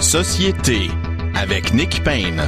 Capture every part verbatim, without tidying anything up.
Société avec Nick Payne.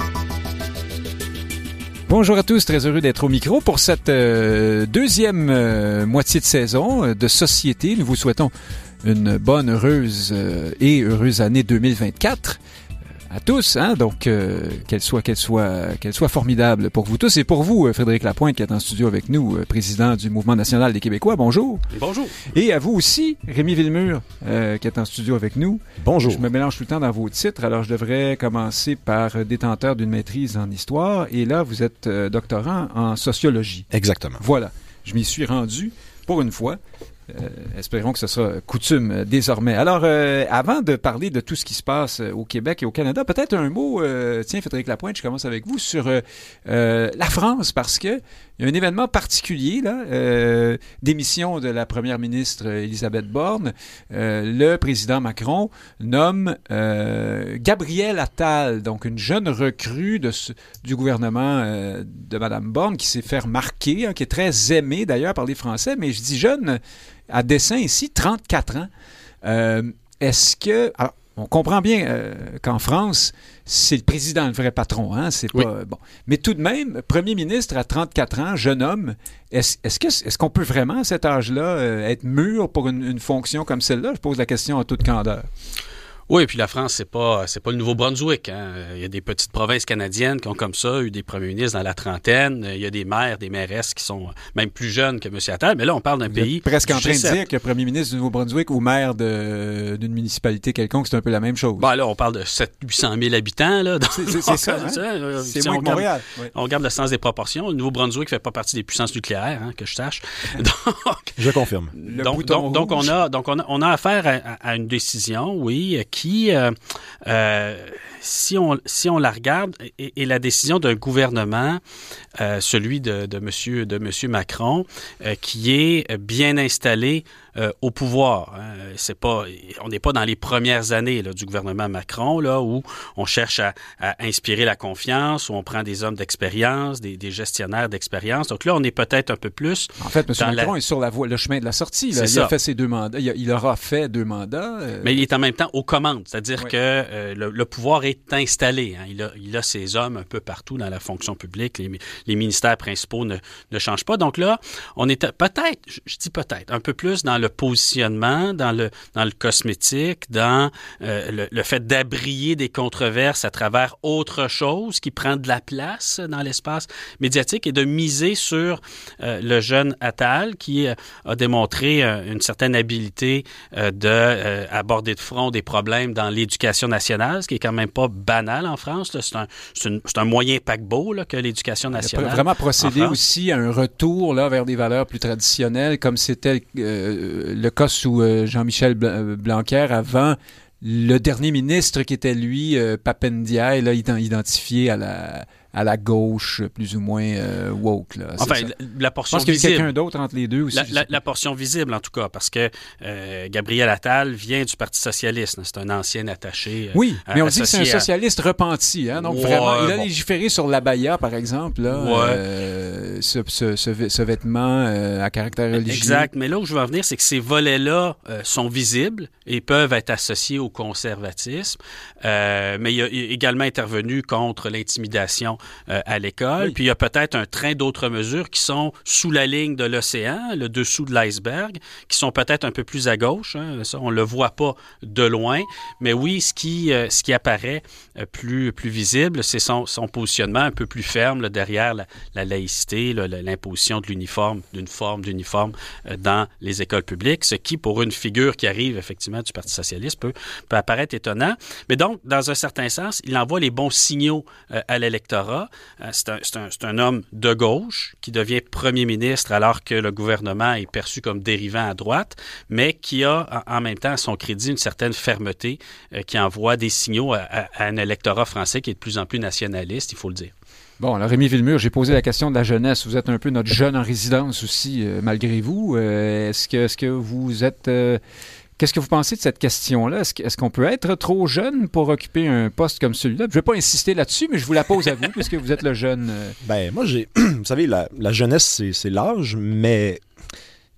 Bonjour à tous, très heureux d'être au micro pour cette euh, deuxième euh, moitié de saison euh, de Société. Nous vous souhaitons une bonne, heureuse euh, et heureuse année deux mille vingt-quatre euh, à tous. Hein? Donc, euh, qu'elle soit, qu'elle soit, qu'elle soit formidable pour vous tous et pour vous, Frédéric Lapointe, qui est en studio avec nous, euh, président du Mouvement national des Québécois. Bonjour. Bonjour. Et à vous aussi, Rémi Villemur, euh, qui est en studio avec nous. Bonjour. Je me mélange tout le temps dans vos titres, alors je devrais commencer par détenteur d'une maîtrise en histoire. Et là, vous êtes euh, doctorant en sociologie. Exactement. Voilà, je m'y suis rendu pour une fois. Euh, espérons que ce sera coutume euh, désormais. Alors, euh, avant de parler de tout ce qui se passe euh, au Québec et au Canada, peut-être un mot, euh, tiens, Frédéric Lapointe, je commence avec vous, sur euh, euh, la France, parce que il y a un événement particulier, là, euh, démission de la première ministre Élisabeth Borne. Euh, le président Macron nomme euh, Gabrielle Attal, donc une jeune recrue de, du gouvernement euh, de Mme Borne, qui s'est fait remarquer, hein, qui est très aimée d'ailleurs par les Français, mais je dis jeune à dessein ici, trente-quatre ans. Euh, est-ce que... Alors, on comprend bien euh, qu'en France, c'est le président le vrai patron, hein, c'est pas... Oui. Bon. Mais tout de même, premier ministre à trente-quatre ans, jeune homme, est-ce, est-ce, que, est-ce qu'on peut vraiment, à cet âge-là, euh, être mûr pour une, une fonction comme celle-là? Je pose la question en toute candeur. Oui, et puis la France, c'est pas c'est pas le Nouveau-Brunswick. Hein. Il y a des petites provinces canadiennes qui ont comme ça eu des premiers ministres dans la trentaine. Il y a des maires, des mairesses qui sont même plus jeunes que M. Attal. Mais là, on parle d'un Vous pays... êtes presque en train G sept. de dire que le premier ministre du Nouveau-Brunswick ou maire de, d'une municipalité quelconque, c'est un peu la même chose. Bon, là, on parle de sept cents à huit cent mille habitants. Là. Donc, c'est, c'est, c'est ça, hein? ça. C'est si moins on que Montréal. Garde, oui. On regarde le sens des proportions. Le Nouveau-Brunswick ne fait pas partie des puissances nucléaires, hein, que je sache. Donc, je confirme. Le donc, bouton donc, donc, on a, donc on, a, on a affaire à, à une décision, oui, qui... Euh, Euh, si on si on la regarde, et, et la décision d'un gouvernement, euh, celui de, de monsieur de monsieur Macron, euh, qui est bien installé euh, au pouvoir. Hein. C'est pas, on n'est pas dans les premières années là, du gouvernement Macron là où on cherche à, à inspirer la confiance, où on prend des hommes d'expérience, des, des gestionnaires d'expérience. Donc là, on est peut-être un peu plus. En fait, M. Macron la... est sur la voie, le chemin de la sortie. Là. C'est il ça. a fait ses deux mandats. Il, a, il aura fait deux mandats. Euh... Mais il est en même temps aux commandes, c'est-à-dire oui. que euh, le, le pouvoir est installé. Hein. Il a, il a ses hommes un peu partout dans la fonction publique. Les, les ministères principaux ne, ne changent pas. Donc là, on est peut-être, je, je dis peut-être, un peu plus dans le positionnement, dans le, dans le cosmétique, dans euh, le, le fait d'abrier des controverses à travers autre chose qui prend de la place dans l'espace médiatique et de miser sur euh, le jeune Attal qui euh, a démontré euh, une certaine habileté euh, de euh, aborder de front des problèmes dans l'éducation nationale, ce qui est quand même pas banal en France. Là. C'est, un, c'est, une, c'est un moyen paquebot là, que l'éducation nationale. Il a vraiment procédé aussi à un retour là, vers des valeurs plus traditionnelles, comme c'était euh, le cas sous euh, Jean-Michel Blanquer avant le dernier ministre qui était, lui, euh, Papendiaï, là, identifié à la... à la gauche, plus ou moins euh, woke. Là, enfin, ça. la, la portion Je pense qu'il y a visible. quelqu'un d'autre entre les deux aussi. La, la, la portion visible, en tout cas, parce que euh, Gabriel Attal vient du Parti socialiste. C'est un ancien attaché. Euh, oui, mais on dit que c'est un à... socialiste repenti. Hein, donc, ouais, vraiment, il a bon. légiféré sur l'abaya, par exemple, là, ouais. euh, ce, ce, ce, ce vêtement euh, à caractère religieux. Exact. Mais là où je veux en venir, c'est que ces volets-là euh, sont visibles et peuvent être associés au conservatisme. Euh, mais il a également intervenu contre l'intimidation euh, à l'école. Oui. Puis il y a peut-être un train d'autres mesures qui sont sous la ligne de l'océan, le dessous de l'iceberg, qui sont peut-être un peu plus à gauche. Hein. Ça, on ne le voit pas de loin. Mais oui, ce qui, euh, ce qui apparaît euh, plus, plus visible, c'est son, son positionnement un peu plus ferme là, derrière la, la laïcité, là, l'imposition de l'uniforme, d'une forme d'uniforme euh, dans les écoles publiques, ce qui, pour une figure qui arrive effectivement du Parti socialiste, peut, peut apparaître étonnant. Mais donc, dans un certain sens, il envoie les bons signaux euh, à l'électorat. Euh, c'est un, c'est un, c'est un homme de gauche qui devient premier ministre alors que le gouvernement est perçu comme dérivant à droite, mais qui a en même temps à son crédit une certaine fermeté euh, qui envoie des signaux à, à, à un électorat français qui est de plus en plus nationaliste, il faut le dire. Bon, alors Rémi Villemur, j'ai posé la question de la jeunesse. Vous êtes un peu notre jeune en résidence aussi, euh, malgré vous. Euh, est-ce que, est-ce que vous êtes... Euh, qu'est-ce que vous pensez de cette question-là? Est-ce, est-ce qu'on peut être trop jeune pour occuper un poste comme celui-là? Je ne vais pas insister là-dessus, mais je vous la pose à vous, puisque vous êtes le jeune... Euh... Ben, moi, j'ai... vous savez, la, la jeunesse, c'est, c'est l'âge, mais...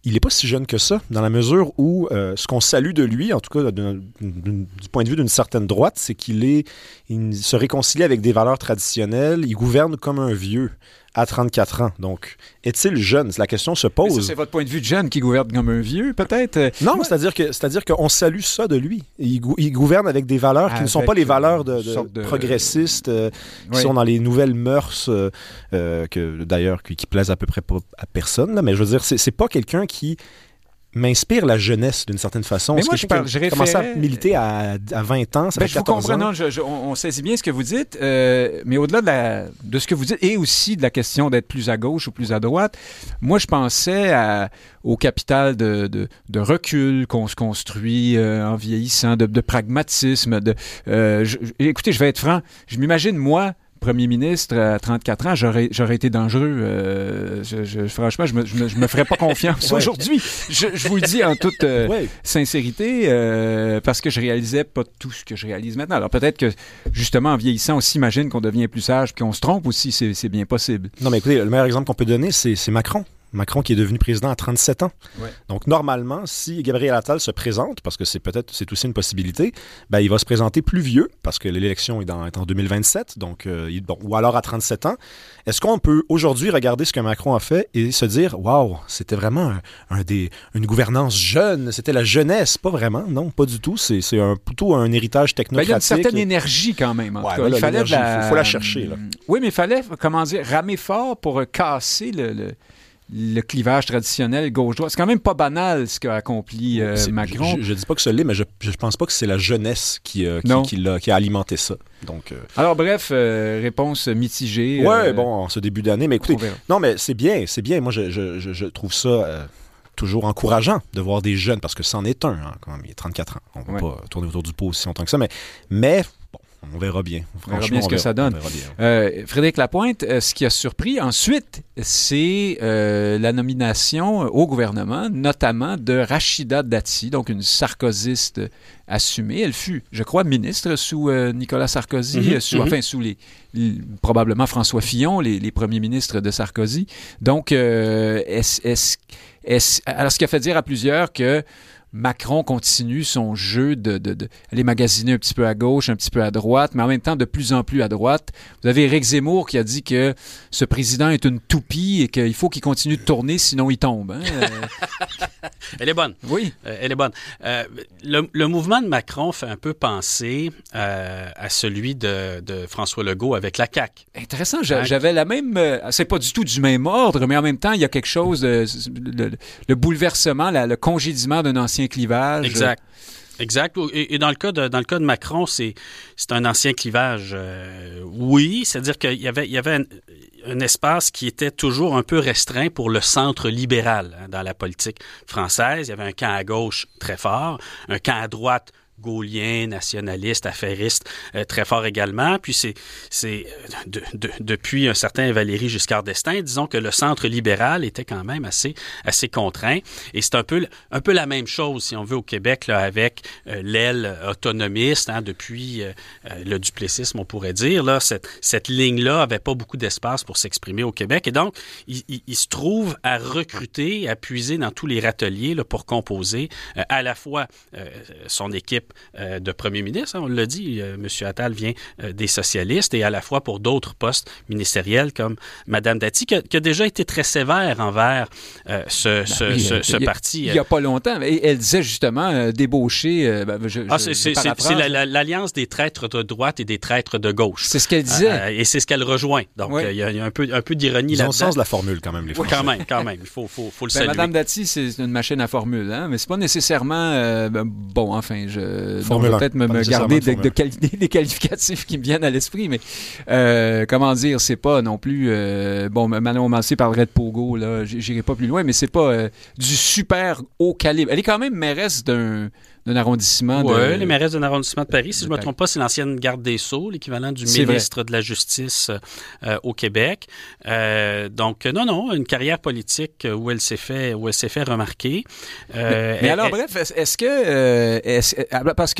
il n'est pas si jeune que ça, dans la mesure où euh, ce qu'on salue de lui, en tout cas d'un, d'un, du point de vue d'une certaine droite, c'est qu'il est, il se réconcilie avec des valeurs traditionnelles, il gouverne comme un vieux à trente-quatre ans. Donc, est-il jeune? La question se pose. Mais ça, c'est votre point de vue de jeune qui gouverne comme un vieux, peut-être? Non, Moi... c'est-à-dire que c'est-à-dire qu'on salue ça de lui. Il, gou- il gouverne avec des valeurs qui avec ne sont pas les valeurs de, de, de... progressistes, euh, qui oui. sont dans les nouvelles mœurs, euh, euh, que d'ailleurs qui, qui plaisent à peu près pas à personne. Là, mais je veux dire, c'est, c'est pas quelqu'un qui m'inspire la jeunesse d'une certaine façon. Mais moi, je parle, je référais... commencé à militer à, à vingt ans, ça ben, fait je vous quatorze comprends, ans. non, je, je, on, on saisit bien ce que vous dites, euh, mais au-delà de, la, de ce que vous dites, et aussi de la question d'être plus à gauche ou plus à droite, moi, je pensais à, au capital de, de, de recul qu'on se construit euh, en vieillissant, de, de pragmatisme. De, euh, je, écoutez, je vais être franc, je m'imagine, moi, premier ministre à trente-quatre ans, j'aurais, j'aurais été dangereux. Euh, je, je, franchement, je me, je me, je me ferais pas confiance ouais. aujourd'hui. Je, je vous le dis en toute euh, ouais. sincérité, euh, parce que je réalisais pas tout ce que je réalise maintenant. Alors peut-être que, justement, en vieillissant, on s'imagine qu'on devient plus sage, puis qu'on se trompe aussi, c'est, c'est bien possible. Non, mais écoutez, le meilleur exemple qu'on peut donner, c'est, c'est Macron. Macron qui est devenu président à trente-sept ans. Ouais. Donc, normalement, si Gabriel Attal se présente, parce que c'est peut-être, c'est aussi une possibilité, ben, il va se présenter plus vieux, parce que l'élection est, dans, est en deux mille vingt-sept, donc, euh, il, bon, ou alors à trente-sept ans. Est-ce qu'on peut aujourd'hui regarder ce que Macron a fait et se dire, waouh, c'était vraiment un, un des, une gouvernance jeune, c'était la jeunesse? Pas vraiment, non, pas du tout. C'est, c'est un, plutôt un héritage technocratique. Ben, il y a une certaine énergie quand même, en ouais, tout cas. Ben, il fallait il la... faut, faut la chercher. Là. Oui, mais il fallait, comment dire, ramer fort pour casser le... le... le clivage traditionnel gauche-droite. C'est quand même pas banal ce qu'a accompli euh, Macron. Je, je, je dis pas que ce l'est, mais je, je pense pas que c'est la jeunesse qui, euh, qui, qui, l'a, qui a alimenté ça. Donc, euh... Alors bref, euh, réponse mitigée. Ouais, euh... bon, en ce début d'année. Mais écoutez, non, mais c'est bien, c'est bien. Moi, je, je, je, je trouve ça euh, toujours encourageant de voir des jeunes, parce que c'en est un, hein, quand même, il a trente-quatre ans. On va ouais. pas tourner autour du pot aussi longtemps que ça, mais, mais bon, on verra bien. On verra bien ce que verra, ça donne. Euh, Frédéric Lapointe, euh, ce qui a surpris ensuite, c'est euh, la nomination au gouvernement, notamment de Rachida Dati, donc une sarkozyste assumée. Elle fut, je crois, ministre sous euh, Nicolas Sarkozy, mm-hmm, sous, mm-hmm. enfin sous les, les probablement François Fillon, les, les premiers ministres de Sarkozy. Donc, euh, est-ce, est-ce, est-ce, alors ce qui a fait dire à plusieurs que Macron continue son jeu de, de, de aller magasiner un petit peu à gauche, un petit peu à droite, mais en même temps de plus en plus à droite. Vous avez Éric Zemmour qui a dit que ce président est une toupie et qu'il faut qu'il continue de tourner, sinon il tombe. Hein? Elle est bonne. Oui. Euh, elle est bonne. Euh, le, le mouvement de Macron fait un peu penser euh, à celui de, de François Legault avec la C A Q. Intéressant. J'a, j'avais la même... Euh, c'est pas du tout du même ordre, mais en même temps, il y a quelque chose... De, le, le bouleversement, la, le congédiement d'un ancien clivage. Exact. Exact. Et, et dans le cas de dans le cas de Macron, c'est c'est un ancien clivage. Euh, oui, c'est-à-dire qu'il y avait il y avait un, un espace qui était toujours un peu restreint pour le centre libéral hein, dans la politique française. Il y avait un camp à gauche très fort, un camp à droite gaulien, nationaliste, affairiste, euh, très fort également. Puis c'est, c'est de, de, depuis un certain Valéry Giscard d'Estaing, disons que le centre libéral était quand même assez, assez contraint. Et c'est un peu, un peu la même chose, si on veut, au Québec, là, avec euh, l'aile autonomiste, hein, depuis euh, le duplessisme, on pourrait dire. Là, cette, cette ligne-là avait pas beaucoup d'espace pour s'exprimer au Québec. Et donc, il, il, il se trouve à recruter, à puiser dans tous les râteliers là, pour composer euh, à la fois euh, son équipe Euh, de premier ministre. Hein, on l'a dit, euh, M. Attal vient euh, des socialistes et à la fois pour d'autres postes ministériels comme Mme Dati, qui a, qui a déjà été très sévère envers euh, ce, ce, ben oui, ce, ce il y a, parti. Il n'y a pas longtemps. Et elle disait justement euh, débaucher... Euh, ben, je, ah, je, c'est, c'est, c'est, c'est la, la, l'alliance des traîtres de droite et des traîtres de gauche. C'est ce qu'elle disait. Euh, et c'est ce qu'elle rejoint. Donc, oui. euh, il, y a, il y a un peu, un peu d'ironie Ils là-dedans. Ils ont le sens de la formule quand même, les Français. Oui, quand même, quand même. Il faut, faut, faut le ben, saluer. Mme Dati, c'est une machine à formule, hein? Mais c'est pas nécessairement... Euh, ben, bon, enfin, je... Formule peut-être me, me garder de, de quali- des qualificatifs qui me viennent à l'esprit, mais euh, comment dire, c'est pas non plus... Euh, bon, Manon Mancé parlerait de Pogo, là, j'irai pas plus loin, mais c'est pas euh, du super haut calibre. Elle est quand même mairesse d'un... d'un arrondissement oui, de... les mairesses d'un arrondissement de Paris. Si de je ne me Paris. trompe pas, c'est l'ancienne garde des Sceaux, l'équivalent du c'est ministre vrai. de la Justice euh, au Québec. Euh, donc, non, non, une carrière politique où elle s'est fait, où elle s'est fait remarquer. Euh, mais, mais alors, elle, bref, est-ce que... Euh, est-ce, parce que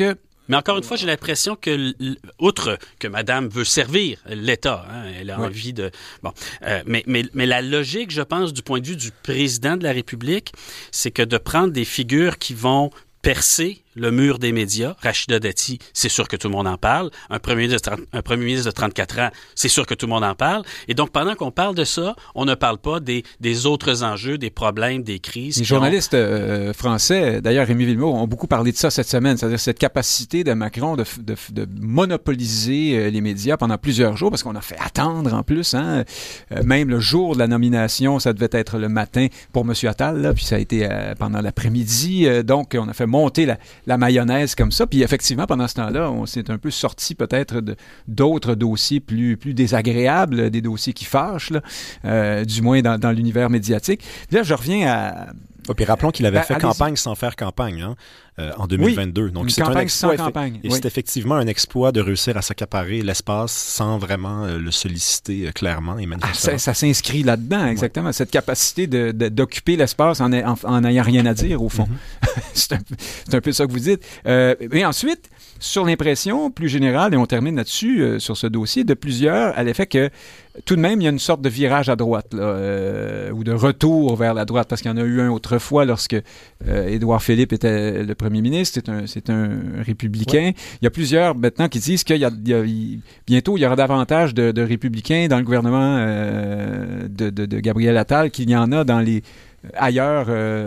Mais encore une fois, j'ai l'impression que, outre que Madame veut servir l'État, hein, elle a oui. envie de... Bon, euh, mais, mais, mais la logique, je pense, du point de vue du président de la République, c'est que de prendre des figures qui vont percer le mur des médias. Rachida Dati, c'est sûr que tout le monde en parle. Un premier ministre de, un premier ministre de trente-quatre ans, c'est sûr que tout le monde en parle. Et donc, pendant qu'on parle de ça, on ne parle pas des, des autres enjeux, des problèmes, des crises. Les journalistes ont... euh, français, d'ailleurs Rémi Villemot, ont beaucoup parlé de ça cette semaine, c'est-à-dire cette capacité de Macron de, de, de monopoliser euh, les médias pendant plusieurs jours, parce qu'on a fait attendre en plus. Hein, euh, même le jour de la nomination, ça devait être le matin pour M. Attal, là, puis ça a été euh, pendant l'après-midi. Euh, donc, on a fait monter la la mayonnaise comme ça. Puis effectivement, pendant ce temps-là, on s'est un peu sorti peut-être de, d'autres dossiers plus, plus désagréables, des dossiers qui fâchent, là, euh, du moins dans, dans l'univers médiatique. Puis là, je reviens à... Oh, puis rappelons qu'il avait ben, fait allez-y. campagne sans faire campagne hein, euh, en deux mille vingt-deux. Oui, donc une c'est campagne un exploit, sans campagne. Et oui. c'est effectivement un exploit de réussir à s'accaparer l'espace sans vraiment euh, le solliciter euh, clairement et manifestement. Ah, ça, ça s'inscrit là-dedans, exactement. Ouais. Cette capacité de, de, d'occuper l'espace en n'ayant rien à dire, au fond. Mm-hmm. c'est, un, c'est un peu ça que vous dites. Euh, et ensuite, sur l'impression plus générale, et on termine là-dessus, euh, sur ce dossier, de plusieurs, à l'effet que tout de même, il y a une sorte de virage à droite, là, euh, ou de retour vers la droite, parce qu'il y en a eu un autrefois lorsque euh, Édouard Philippe était le premier ministre, c'est un, c'est un républicain. Ouais. Il y a plusieurs maintenant qui disent qu'il y a, il y a il, bientôt, il y aura davantage de, de républicains dans le gouvernement euh, de, de, de Gabriel Attal qu'il y en a dans les ailleurs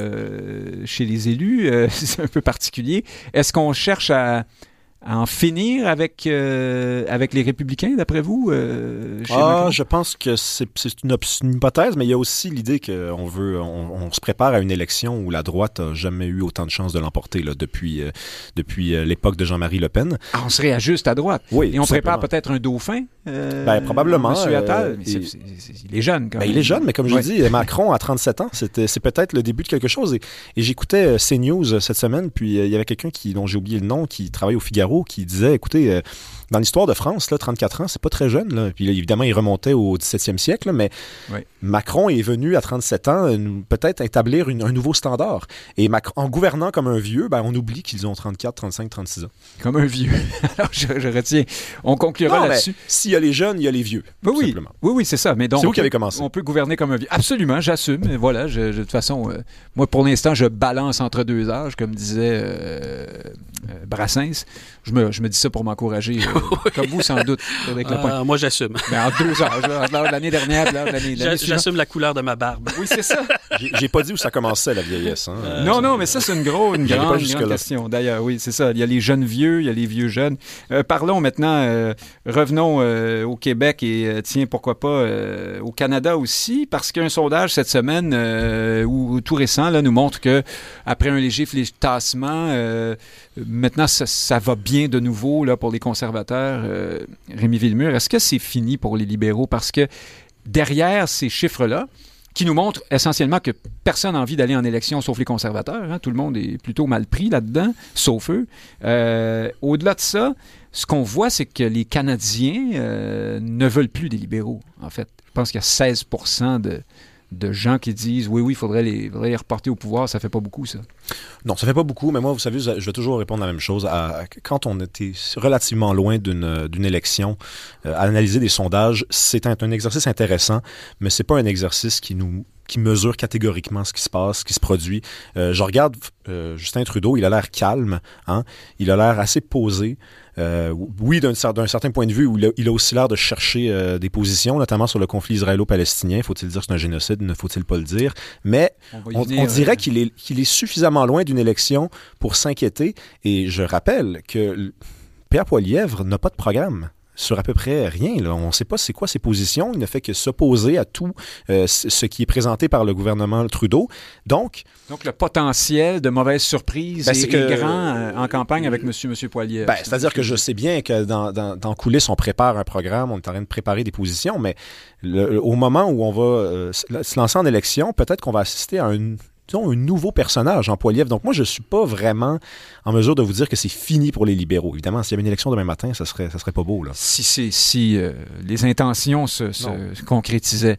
euh, chez les élus. Euh, c'est un peu particulier. Est-ce qu'on cherche à... à en finir avec, euh, avec les Républicains, d'après vous? Euh, chez ah, je pense que c'est, c'est une, une hypothèse, mais il y a aussi l'idée qu'on veut, on, on se prépare à une élection où la droite n'a jamais eu autant de chances de l'emporter là, depuis, euh, depuis euh, l'époque de Jean-Marie Le Pen. Ah, on se réajuste à droite. Oui, et on prépare simplement. peut-être un dauphin? Euh, ben, probablement. Monsieur Attal. Euh, mais c'est, c'est, c'est, c'est, il est jeune, quand ben, même. Il est jeune, mais comme je ouais. l'ai dit, Macron, à trente-sept ans, c'était, c'est peut-être le début de quelque chose. Et, et j'écoutais CNews cette semaine, puis euh, il y avait quelqu'un qui, dont j'ai oublié le nom, qui travaille au Figaro, qui disait, écoutez, Euh, dans l'histoire de France, là, trente-quatre ans, c'est pas très jeune. Là. Puis là, évidemment, il remontait au dix-septième siècle, là, mais oui. Macron est venu à trente-sept ans euh, peut-être établir une, un nouveau standard. Et Macron, en gouvernant comme un vieux, ben, on oublie qu'ils ont trente-quatre, trente-cinq, trente-six ans. Comme un vieux. Alors, je, je retiens. On conclura non, là-dessus. S'il y a les jeunes, il y a les vieux. Ben oui, simplement. oui, oui, c'est ça. Mais donc, c'est vous qui avez commencé. On peut gouverner comme un vieux. Absolument, j'assume. Voilà, je, je, de toute façon, euh, moi, pour l'instant, je balance entre deux âges, comme disait euh, euh, Brassens. Je me, je me dis ça pour m'encourager, euh, comme vous, sans doute, avec le point. Euh, moi, j'assume. Mais en deux âges, là, entre l'année dernière et l'année, l'année J'assume la couleur de ma barbe. Oui, c'est ça. J'ai, j'ai pas dit où ça commençait, la vieillesse. Hein. Euh, non, non, mais ça, c'est une, gros, une grande, une grande question. D'ailleurs, oui, c'est ça. Il y a les jeunes vieux, il y a les vieux jeunes. Euh, parlons maintenant, euh, revenons euh, au Québec et, euh, tiens, pourquoi pas, euh, au Canada aussi, parce qu'un sondage cette semaine, euh, ou tout récent, là, nous montre que après un léger flétassement, euh, maintenant, ça, ça va bien de nouveau là, pour les conservateurs. Euh, Rémi Villemur, est-ce que c'est fini pour les libéraux? Parce que derrière ces chiffres-là, qui nous montrent essentiellement que personne n'a envie d'aller en élection sauf les conservateurs, hein, tout le monde est plutôt mal pris là-dedans, sauf eux. Euh, au-delà de ça, ce qu'on voit, c'est que les Canadiens euh, ne veulent plus des libéraux, en fait. Je pense qu'il y a seize pour cent de... de gens qui disent oui, oui, il faudrait les, faudrait les reporter au pouvoir. Ça fait pas beaucoup, ça. Non, ça fait pas beaucoup, mais moi, vous savez, je vais toujours répondre la même chose. À, à, quand on était relativement loin d'une, d'une élection, euh, à analyser des sondages, c'est un, un exercice intéressant, mais c'est pas un exercice qui nous qui mesure catégoriquement ce qui se passe, ce qui se produit. Euh, je regarde euh, Justin Trudeau, il a l'air calme, hein? Il a l'air assez posé. Euh, oui, d'un, d'un certain point de vue, où il, a, il a aussi l'air de chercher euh, des positions, notamment sur le conflit israélo-palestinien. Faut-il dire que c'est un génocide? Ne faut-il pas le dire? Mais on, on, venir, on dirait euh... qu'il, est, qu'il est suffisamment loin d'une élection pour s'inquiéter. Et je rappelle que Pierre Poilievre n'a pas de programme sur à peu près rien. Là. On ne sait pas c'est quoi ses positions. Il ne fait que s'opposer à tout euh, ce qui est présenté par le gouvernement Trudeau. Donc, Donc le potentiel de mauvaise surprise ben, est, que, est grand euh, en campagne avec monsieur, monsieur Poilievre. Ben, c'est-à-dire que je sais bien que dans, dans, dans coulisses, on prépare un programme, on est en train de préparer des positions, mais le, au moment où on va euh, se lancer en élection, peut-être qu'on va assister à une un nouveau personnage en Poilievre. Donc moi, je ne suis pas vraiment en mesure de vous dire que c'est fini pour les libéraux. Évidemment, s'il y avait une élection demain matin, ça serait, ça serait pas beau. Là. Si, c'est, si euh, les intentions se, se concrétisaient,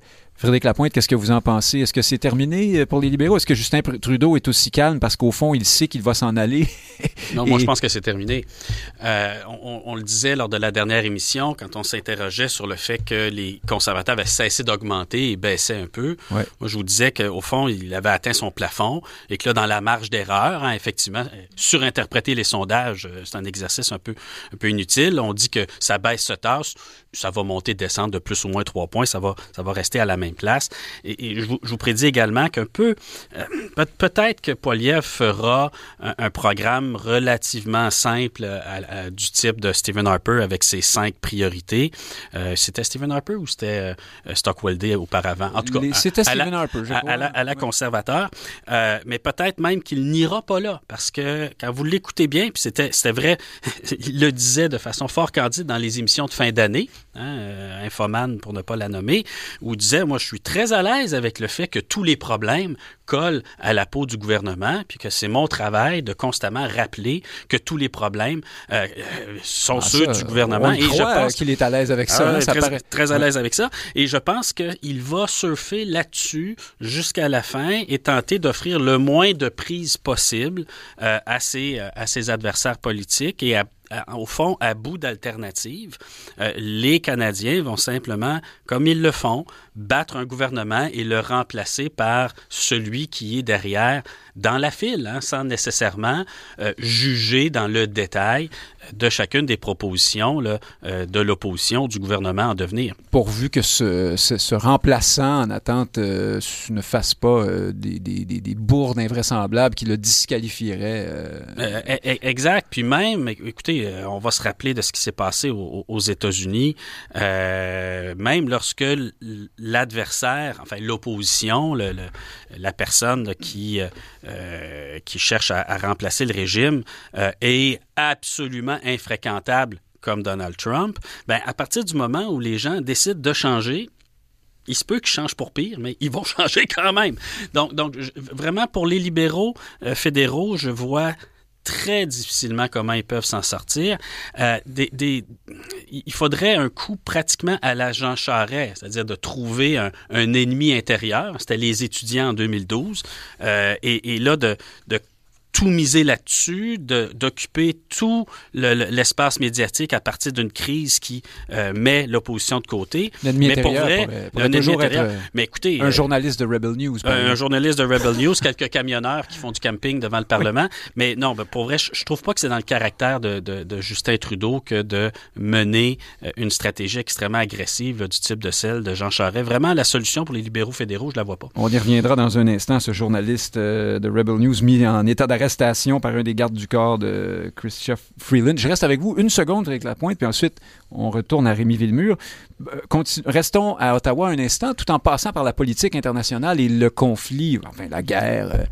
Frédéric Lapointe, qu'est-ce que vous en pensez? Est-ce que c'est terminé pour les libéraux? Est-ce que Justin Trudeau est aussi calme parce qu'au fond, il sait qu'il va s'en aller? Non, moi, je pense que c'est terminé. Euh, on, on le disait lors de la dernière émission, quand on s'interrogeait sur le fait que les conservateurs avaient cessé d'augmenter et baissaient un peu. Ouais. Moi, je vous disais qu'au fond, il avait atteint son plafond et que là, dans la marge d'erreur, hein, effectivement, surinterpréter les sondages, c'est un exercice un peu, un peu inutile. On dit que ça baisse ce tasse, ça va monter, descendre de plus ou moins trois points, ça va, ça va rester à la même place. Et, et je, vous, je vous prédis également qu'un peu, euh, peut, peut-être que Poilievre fera un, un programme relativement simple à, à, du type de Stephen Harper avec ses cinq priorités. Euh, c'était Stephen Harper ou c'était euh, Stockwell Day auparavant? En tout cas, Les, c'était à, Stephen à la, Harper, je à, crois. À la, à la conservateur. Euh, mais peut-être même qu'il n'ira pas là parce que quand vous l'écoutez bien, puis c'était, c'était vrai, il le disait de façon fort candide dans les émissions de fin d'année, hein, euh, Infoman pour ne pas la nommer, où il disait, moi je suis très à l'aise avec le fait que tous les problèmes collent à la peau du gouvernement, puis que c'est mon travail de constamment rappeler que tous les problèmes euh, sont ah, ceux ça, du gouvernement. On et je pense qu'il est à l'aise avec ça. Ah, hein, ça très, paraît... très à l'aise avec ça. Et je pense qu'il va surfer là-dessus jusqu'à la fin et tenter d'offrir le moins de prise possible euh, à, ses, à ses adversaires politiques et à au fond, à bout d'alternatives, euh, les Canadiens vont simplement, comme ils le font, battre un gouvernement et le remplacer par celui qui est derrière dans la file, hein, sans nécessairement euh, juger dans le détail de chacune des propositions là, euh, de l'opposition du gouvernement en devenir. Pourvu que ce, ce, ce remplaçant en attente euh, ne fasse pas euh, des, des, des bourdes invraisemblables qui le disqualifieraient. Euh... Euh, exact. Puis même, écoutez, on va se rappeler de ce qui s'est passé aux, aux États-Unis, euh, même lorsque l'adversaire, enfin l'opposition, le, le, la personne là, qui, euh, qui cherche à, à remplacer le régime euh, est absolument infréquentable comme Donald Trump, ben à partir du moment où les gens décident de changer, il se peut qu'ils changent pour pire, mais ils vont changer quand même. Donc, donc je, vraiment, pour les libéraux euh, fédéraux, je vois très difficilement comment ils peuvent s'en sortir. Euh, des, des, il faudrait un coup pratiquement à la Jean Charest, c'est-à-dire de trouver un, un ennemi intérieur. C'était les étudiants en deux mille douze. Euh, et, et là, de, de tout miser là-dessus, de, d'occuper tout le, le, l'espace médiatique à partir d'une crise qui euh, met l'opposition de côté. L'ennemi mais intérieur pour vrai, pourrait, pourrait toujours intérieur, être mais écoutez, un euh, journaliste de Rebel News. Un, un journaliste de Rebel News, quelques camionneurs qui font du camping devant le Parlement. Oui. Mais non, ben pour vrai, je, je trouve pas que c'est dans le caractère de, de, de Justin Trudeau que de mener une stratégie extrêmement agressive là, du type de celle de Jean Charest. Vraiment, la solution pour les libéraux fédéraux, je la vois pas. On y reviendra dans un instant, ce journaliste euh, de Rebel News mis en état d'arrestation par un des gardes du corps de Chrystia Freeland. Je reste avec vous une seconde avec Lapointe, puis ensuite on retourne à Rémi Villemur. Continu- restons à Ottawa un instant, tout en passant par la politique internationale et le conflit, enfin la guerre euh,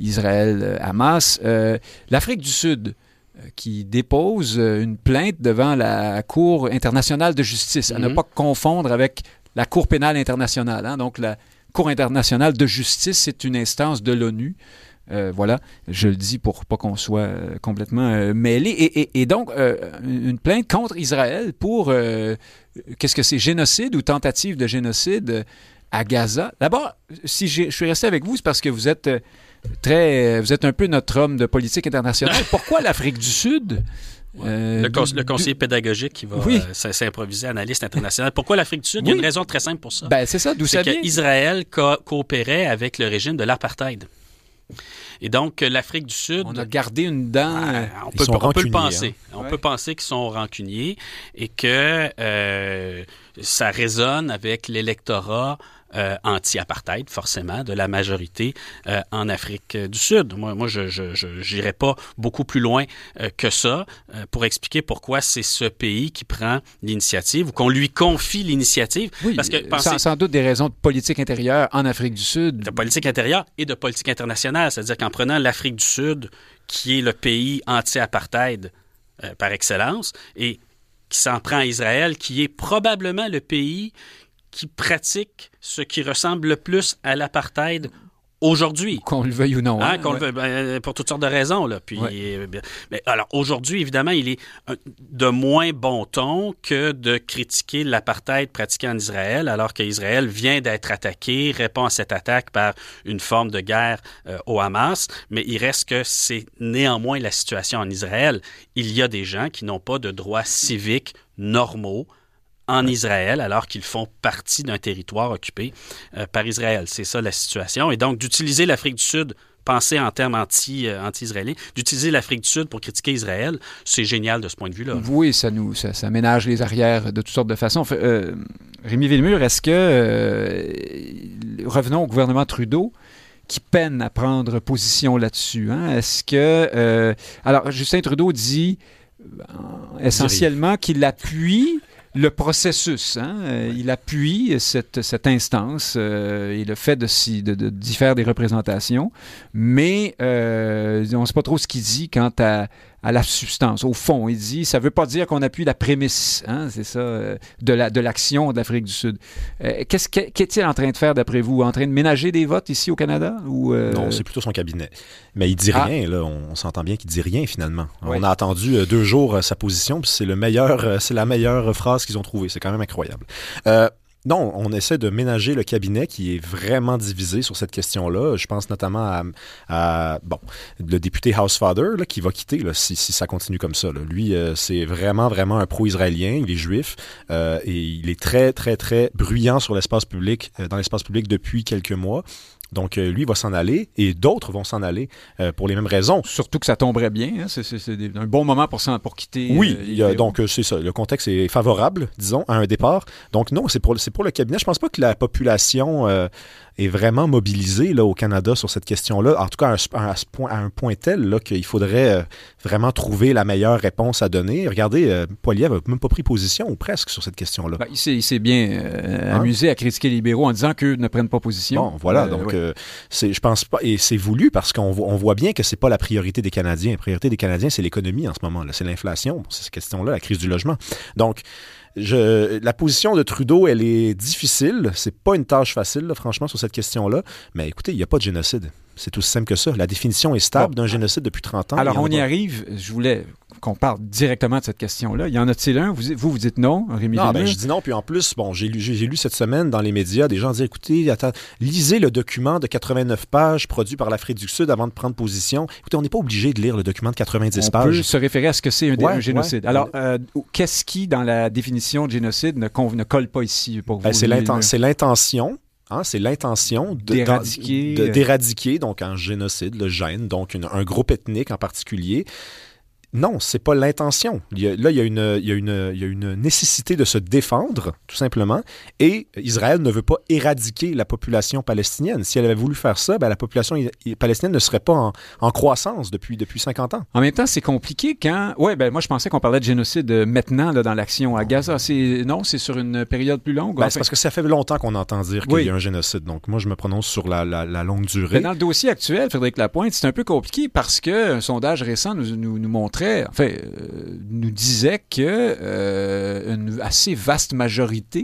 Israël-Hamas. Euh, L'Afrique du Sud euh, qui dépose une plainte devant la Cour internationale de justice, mm-hmm. à ne pas confondre avec la Cour pénale internationale. Hein? Donc la Cour internationale de justice, c'est une instance de l'ONU. Euh, voilà, je le dis pour pas qu'on soit euh, complètement euh, mêlé. Et, et, et donc, euh, une plainte contre Israël pour, euh, qu'est-ce que c'est, génocide ou tentative de génocide à Gaza. D'abord, si je suis resté avec vous, c'est parce que vous êtes très, vous êtes un peu notre homme de politique internationale. Pourquoi l'Afrique du Sud? Euh, le, cons- le conseiller pédagogique qui va oui. euh, s'improviser analyste international. Pourquoi l'Afrique du Sud? Oui. Il y a une raison très simple pour ça. Ben, c'est ça, d'où c'est ça vient? qu'Israël co- coopérait avec le régime de l'apartheid. Et donc, l'Afrique du Sud... On a gardé une dent... Euh, on, peut, on peut le penser. Hein. On ouais. peut penser qu'ils sont rancuniers et que euh, ça résonne avec l'électorat euh, anti-apartheid, forcément, de la majorité euh, en Afrique du Sud. Moi, moi je je, je j'irai pas beaucoup plus loin euh, que ça euh, pour expliquer pourquoi c'est ce pays qui prend l'initiative ou qu'on lui confie l'initiative. Oui, parce que, pensez, sans, sans doute des raisons de politique intérieure en Afrique du Sud. De politique intérieure et de politique internationale. C'est-à-dire qu'en prenant l'Afrique du Sud, qui est le pays anti-apartheid euh, par excellence, et qui s'en prend à Israël, qui est probablement le pays qui pratique ce qui ressemble le plus à l'apartheid Aujourd'hui. Qu'on le veuille ou non. Hein, hein, qu'on ouais. le veuille, ben, pour toutes sortes de raisons. Là. Puis, Ouais. euh, mais alors, aujourd'hui, évidemment, il est un, de moins bon ton que de critiquer l'apartheid pratiqué en Israël, alors qu'Israël vient d'être attaqué, répond à cette attaque par une forme de guerre euh, au Hamas. Mais il reste que c'est néanmoins la situation en Israël. Il y a des gens qui n'ont pas de droits civiques normaux en Israël, alors qu'ils font partie d'un territoire occupé euh, par Israël. C'est ça la situation. Et donc, d'utiliser l'Afrique du Sud, penser en termes anti, euh, anti-israéliens, d'utiliser l'Afrique du Sud pour critiquer Israël, c'est génial de ce point de vue-là. Oui, ça nous ça, ça ménage les arrières de toutes sortes de façons. Fait, euh, Rémi Villemur, est-ce que, euh, revenons au gouvernement Trudeau, qui peine à prendre position là-dessus, hein? Est-ce que... Euh, alors, Justin Trudeau dit euh, essentiellement qu'il appuie le processus. Hein? Euh, il appuie cette, cette instance euh, et le fait de, si, de, de, d'y faire des représentations, mais euh, on ne sait pas trop ce qu'il dit quant à, à la substance. Au fond, il dit, ça ne veut pas dire qu'on appuie la prémisse, hein? C'est ça, euh, de, la, de l'action de l'Afrique du Sud. Euh, qu'est-ce, qu'est-il en train de faire, d'après vous? En train de ménager des votes ici au Canada? Ou, euh... Non, c'est plutôt son cabinet. Mais il dit Ah. rien, là. On, on s'entend bien qu'il dit rien, finalement. Oui. On a attendu euh, deux jours euh, sa position, puis c'est, le meilleur, euh, c'est la meilleure phrase qu'ils ont trouvée. C'est quand même incroyable. Euh, Non, on essaie de ménager le cabinet qui est vraiment divisé sur cette question-là. Je pense notamment à, à bon, le député Housefather là, qui va quitter là, si, si ça continue comme ça. Là. Lui, euh, c'est vraiment, vraiment un pro-israélien. Il est juif euh, et il est très, très, très bruyant sur l'espace public, euh, dans l'espace public depuis quelques mois. Donc, euh, lui va s'en aller et d'autres vont s'en aller euh, pour les mêmes raisons. Surtout que ça tomberait bien. Hein? C'est, c'est, c'est un bon moment pour, pour quitter. Oui, euh, il y a, donc euh, c'est ça. Le contexte est favorable, disons, à un départ. Donc non, c'est pour, c'est pour le cabinet. Je pense pas que la population euh, est vraiment mobilisée là, au Canada sur cette question-là. En tout cas, à un, à ce point, à un point tel là, qu'il faudrait euh, vraiment trouver la meilleure réponse à donner. Regardez, euh, Poilievre n'a même pas pris position, ou presque, sur cette question-là. Ben, il, s'est, il s'est bien euh, hein? amusé à critiquer les libéraux en disant qu'eux ne prennent pas position. Bon, voilà. Euh, donc, oui. euh, c'est, je pense pas... Et c'est voulu parce qu'on on voit bien que c'est pas la priorité des Canadiens. La priorité des Canadiens, c'est l'économie en ce moment. Là. C'est l'inflation, c'est cette question-là, la crise du logement. Donc, Je, la position de Trudeau, elle est difficile. C'est pas une tâche facile, là, franchement, sur cette question-là. Mais écoutez, il n'y a pas de génocide. C'est aussi simple que ça. La définition est stable bon. d'un génocide depuis trente ans. Alors, on y pas. arrive. Je voulais qu'on parle directement de cette question-là. Y en a-t-il un? Vous, vous, vous dites non, Rémi Non, Villemur? ben, je dis non. Puis en plus, bon, j'ai lu, j'ai, j'ai lu cette semaine dans les médias des gens dire, écoutez, attends, lisez le document de quatre-vingt-neuf pages produit par l'Afrique du Sud avant de prendre position. Écoutez, on n'est pas obligé de lire le document de quatre-vingt-dix on pages. On peut se référer à ce que c'est un, ouais, un génocide. Ouais. Alors, euh, qu'est-ce qui, dans la définition de génocide, ne, conv- ne colle pas ici pour vous? Ben, c'est, l'inten- c'est l'intention. Hein, c'est l'intention de, d'éradiquer, de, d'éradiquer donc un génocide, le gène, donc une, un groupe ethnique en particulier. Non, c'est pas l'intention. Il y a, là, il y, a une, il, y a une, il y a une nécessité de se défendre, tout simplement, et Israël ne veut pas éradiquer la population palestinienne. Si elle avait voulu faire ça, ben, la population palestinienne ne serait pas en, en croissance depuis, depuis cinquante ans. En même temps, c'est compliqué quand... Oui, ben moi, je pensais qu'on parlait de génocide maintenant, là, dans l'action à Gaza. C'est... Non, c'est sur une période plus longue. Ben, enfin... C'est parce que ça fait longtemps qu'on entend dire qu'il oui. y a un génocide. Donc, moi, je me prononce sur la, la, la longue durée. Mais dans le dossier actuel, Frédéric Lapointe, c'est un peu compliqué parce qu'un sondage récent nous, nous, nous montrait enfin, euh, nous disait que euh, une assez vaste majorité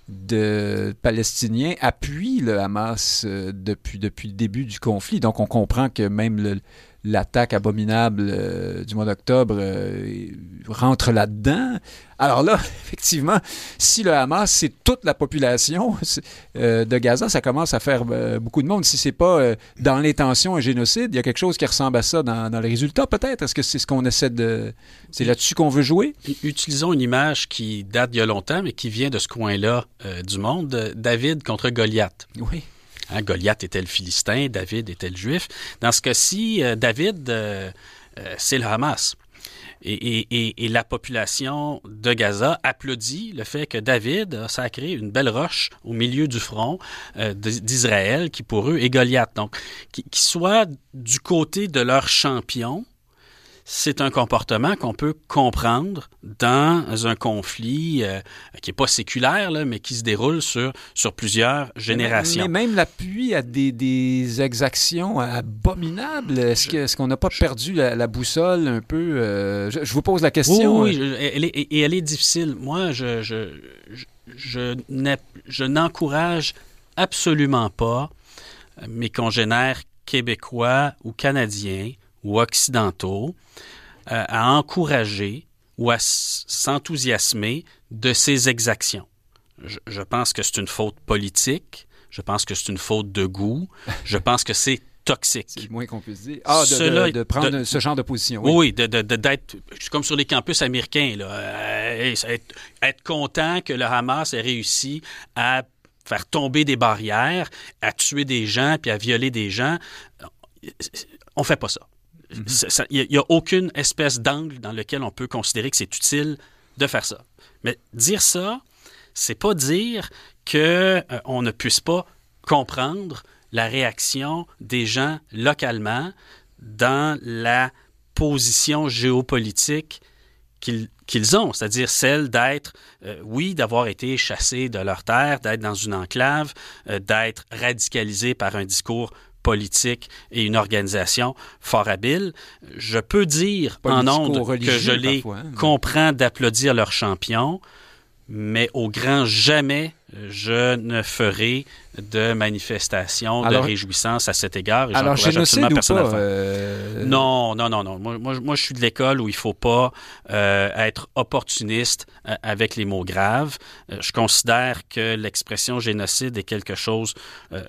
de Palestiniens appuient le Hamas euh, depuis, depuis le début du conflit. Donc, on comprend que même le, l'attaque abominable euh, du mois d'octobre euh, rentre là-dedans. Alors là, effectivement, si le Hamas, c'est toute la population euh, de Gaza, ça commence à faire euh, beaucoup de monde. Si c'est pas euh, dans l'intention un génocide, il y a quelque chose qui ressemble à ça dans, dans les résultats, peut-être. Est-ce que c'est ce qu'on essaie de... C'est là-dessus qu'on veut jouer? Utilisons une image qui date d'il y a longtemps, mais qui vient de ce coin-là euh, du monde. David contre Goliath. Oui. Hein, Goliath était le Philistin, David était le Juif. Dans ce cas-ci, euh, David, euh, euh, c'est le Hamas. Et, et, et, et la population de Gaza applaudit le fait que David a sacré une belle roche au milieu du front euh, d'Israël, qui pour eux est Goliath. Donc, qui, qui soit du côté de leur champion, c'est un comportement qu'on peut comprendre dans un conflit euh, qui n'est pas séculaire, là, mais qui se déroule sur, sur plusieurs générations. Mais, mais même l'appui à des, des exactions abominables, est-ce, que, est-ce qu'on n'a pas perdu la, la boussole un peu? Euh, je, je vous pose la question. Oui, oui je, elle est, et elle est difficile. Moi, je, je, je, je, je n'encourage absolument pas mes congénères québécois ou canadiens ou occidentaux euh, à encourager ou à s- s'enthousiasmer de ces exactions. Je, je pense que c'est une faute politique, je pense que c'est une faute de goût, je pense que c'est toxique. C'est le moins qu'on puisse dire. Ah, de, Cela, de, de prendre de, ce genre de position. Oui, oui de, de, de, d'être comme sur les campus américains, là, euh, être, être content que le Hamas ait réussi à faire tomber des barrières, à tuer des gens puis à violer des gens. On fait pas ça. Mm-hmm. Il n'y a, a aucune espèce d'angle dans lequel on peut considérer que c'est utile de faire ça. Mais dire ça, c'est pas dire qu'on euh, ne puisse pas comprendre la réaction des gens localement dans la position géopolitique qu'ils, qu'ils ont, c'est-à-dire celle d'être, euh, oui, d'avoir été chassés de leur terre, d'être dans une enclave, euh, d'être radicalisés par un discours politique et une organisation fort habile. Je peux dire en ondes que je les parfois, hein, comprends d'applaudir leur champion, mais au grand jamais, je ne ferai de manifestation alors, de réjouissance à cet égard. Et alors, génocide ou personne pas? Euh... Non, non, non, non. Moi, moi, moi, je suis de l'école où il ne faut pas euh, être opportuniste euh, avec les mots graves. Euh, je considère que l'expression génocide est quelque chose... Euh,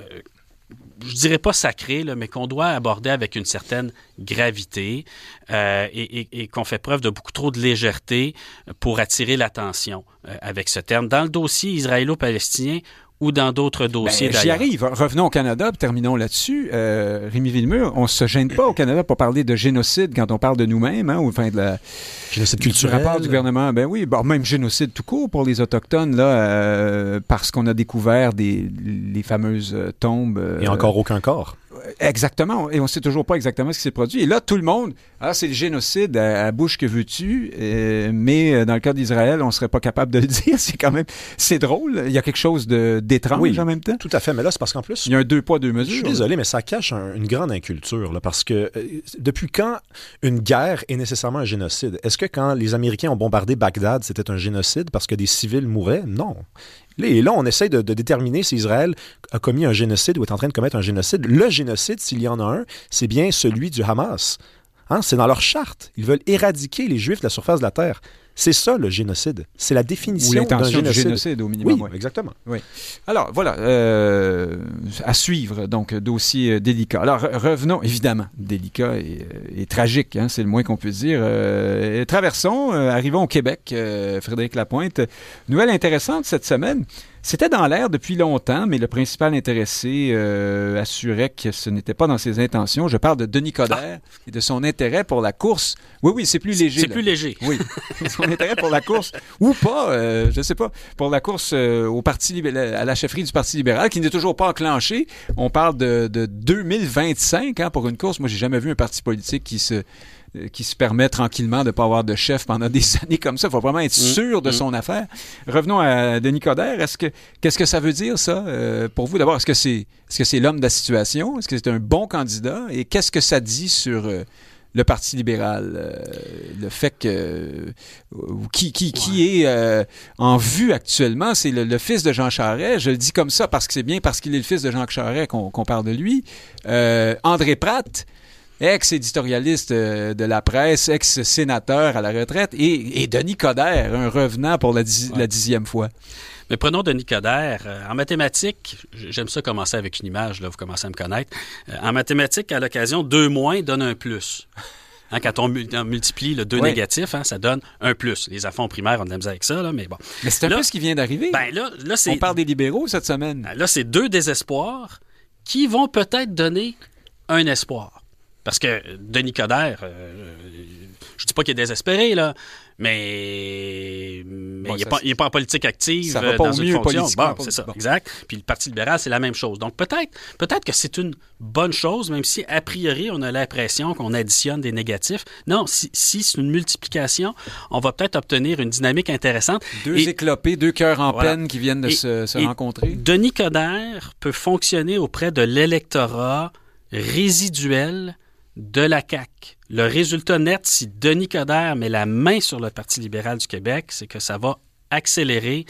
je dirais pas sacré, là, mais qu'on doit aborder avec une certaine gravité euh, et, et, et qu'on fait preuve de beaucoup trop de légèreté pour attirer l'attention euh, avec ce terme. Dans le dossier israélo-palestinien ou dans d'autres dossiers ben, d'ailleurs. J'y arrive. Revenons au Canada, terminons là-dessus. Euh, Rémi Villemur, on ne se gêne pas au Canada pour parler de génocide quand on parle de nous-mêmes, hein, ou enfin de la... Génocide culturel. Du rapport du gouvernement, ben oui, bon, même génocide tout court pour les Autochtones, là, euh, parce qu'on a découvert des, les fameuses tombes. Euh, Et encore aucun corps. Exactement, et on ne sait toujours pas exactement ce qui s'est produit. Et là, tout le monde, ah, c'est le génocide à, à bouche que veux-tu, euh, mais dans le cas d'Israël, on ne serait pas capable de le dire. C'est quand même, c'est drôle. Il y a quelque chose de, d'étrange oui, en même temps. Tout à fait, mais là, c'est parce qu'en plus... Il y a un deux poids, deux mesures. Je suis désolé, mais ça cache un, une grande inculture, là, parce que euh, depuis quand une guerre est nécessairement un génocide? Est-ce que quand les Américains ont bombardé Bagdad, c'était un génocide parce que des civils mouraient? Non. Et là, on essaie de, de déterminer si Israël a commis un génocide ou est en train de commettre un génocide. Le génocide, s'il y en a un, c'est bien celui du Hamas. Hein? C'est dans leur charte. Ils veulent éradiquer les Juifs de la surface de la Terre. C'est ça, le génocide. C'est la définition ou l'intention d'un génocide. du génocide, au minimum. Oui, oui. exactement. Oui. Alors, voilà. Euh, à suivre, donc, dossier délicat. Alors, revenons, évidemment, délicat et, et tragique, hein, c'est le moins qu'on puisse dire. Euh, traversons, euh, arrivons au Québec, euh, Frédéric Lapointe. Nouvelle intéressante cette semaine. C'était dans l'air depuis longtemps, mais le principal intéressé euh, assurait que ce n'était pas dans ses intentions. Je parle de Denis Coderre ah. et de son intérêt pour la course. Oui, oui, c'est plus léger. C'est là. plus léger. Oui, son intérêt pour la course, ou pas, euh, je ne sais pas, pour la course euh, au parti libé- à la chefferie du Parti libéral, qui n'est toujours pas enclenchée. On parle de, de deux mille vingt-cinq hein, pour une course. Moi, j'ai jamais vu un parti politique qui se... qui se permet tranquillement de ne pas avoir de chef pendant des années comme ça. Il faut vraiment être sûr de son affaire. Revenons à Denis Coderre. Est-ce que, qu'est-ce que ça veut dire, ça, euh, pour vous? D'abord, est-ce que c'est, est-ce que c'est l'homme de la situation? Est-ce que c'est un bon candidat? Et qu'est-ce que ça dit sur euh, le Parti libéral? Euh, le fait que... Euh, qui, qui, qui ouais. est euh, en vue actuellement, c'est le, le fils de Jean Charest. Je le dis comme ça parce que c'est bien parce qu'il est le fils de Jean Charest qu'on, qu'on parle de lui. Euh, André Pratt, ex-éditorialiste de la presse, ex-sénateur à la retraite, et, et Denis Coderre, un revenant pour la, dix, ouais. la dixième fois. Mais prenons Denis Coderre. En mathématiques, j'aime ça commencer avec une image, là, vous commencez à me connaître. En mathématiques, à l'occasion, deux moins donne un plus. Hein, quand on, on multiplie le deux oui. négatif, hein, ça donne un plus. Les affaires primaires, on a de la misère avec ça, là, mais bon. Mais c'est un là, peu ce qui vient d'arriver. Ben là, là, c'est, on parle des libéraux cette semaine. Là, c'est deux désespoirs qui vont peut-être donner un espoir. Parce que Denis Coderre, euh, je dis pas qu'il est désespéré, là, mais, mais bon, il n'est pas, pas en politique active ça va pas dans au une mieux fonction. Bon, bon, c'est ça, bon. exact. Puis le Parti libéral, c'est la même chose. Donc peut-être, peut-être que c'est une bonne chose, même si a priori, on a l'impression qu'on additionne des négatifs. Non, si, si c'est une multiplication, on va peut-être obtenir une dynamique intéressante. Deux et, éclopés, deux cœurs en voilà. peine qui viennent de et, se, se rencontrer. Denis Coderre peut fonctionner auprès de l'électorat résiduel de la C A Q. Le résultat net, si Denis Coderre met la main sur le Parti libéral du Québec, c'est que ça va accélérer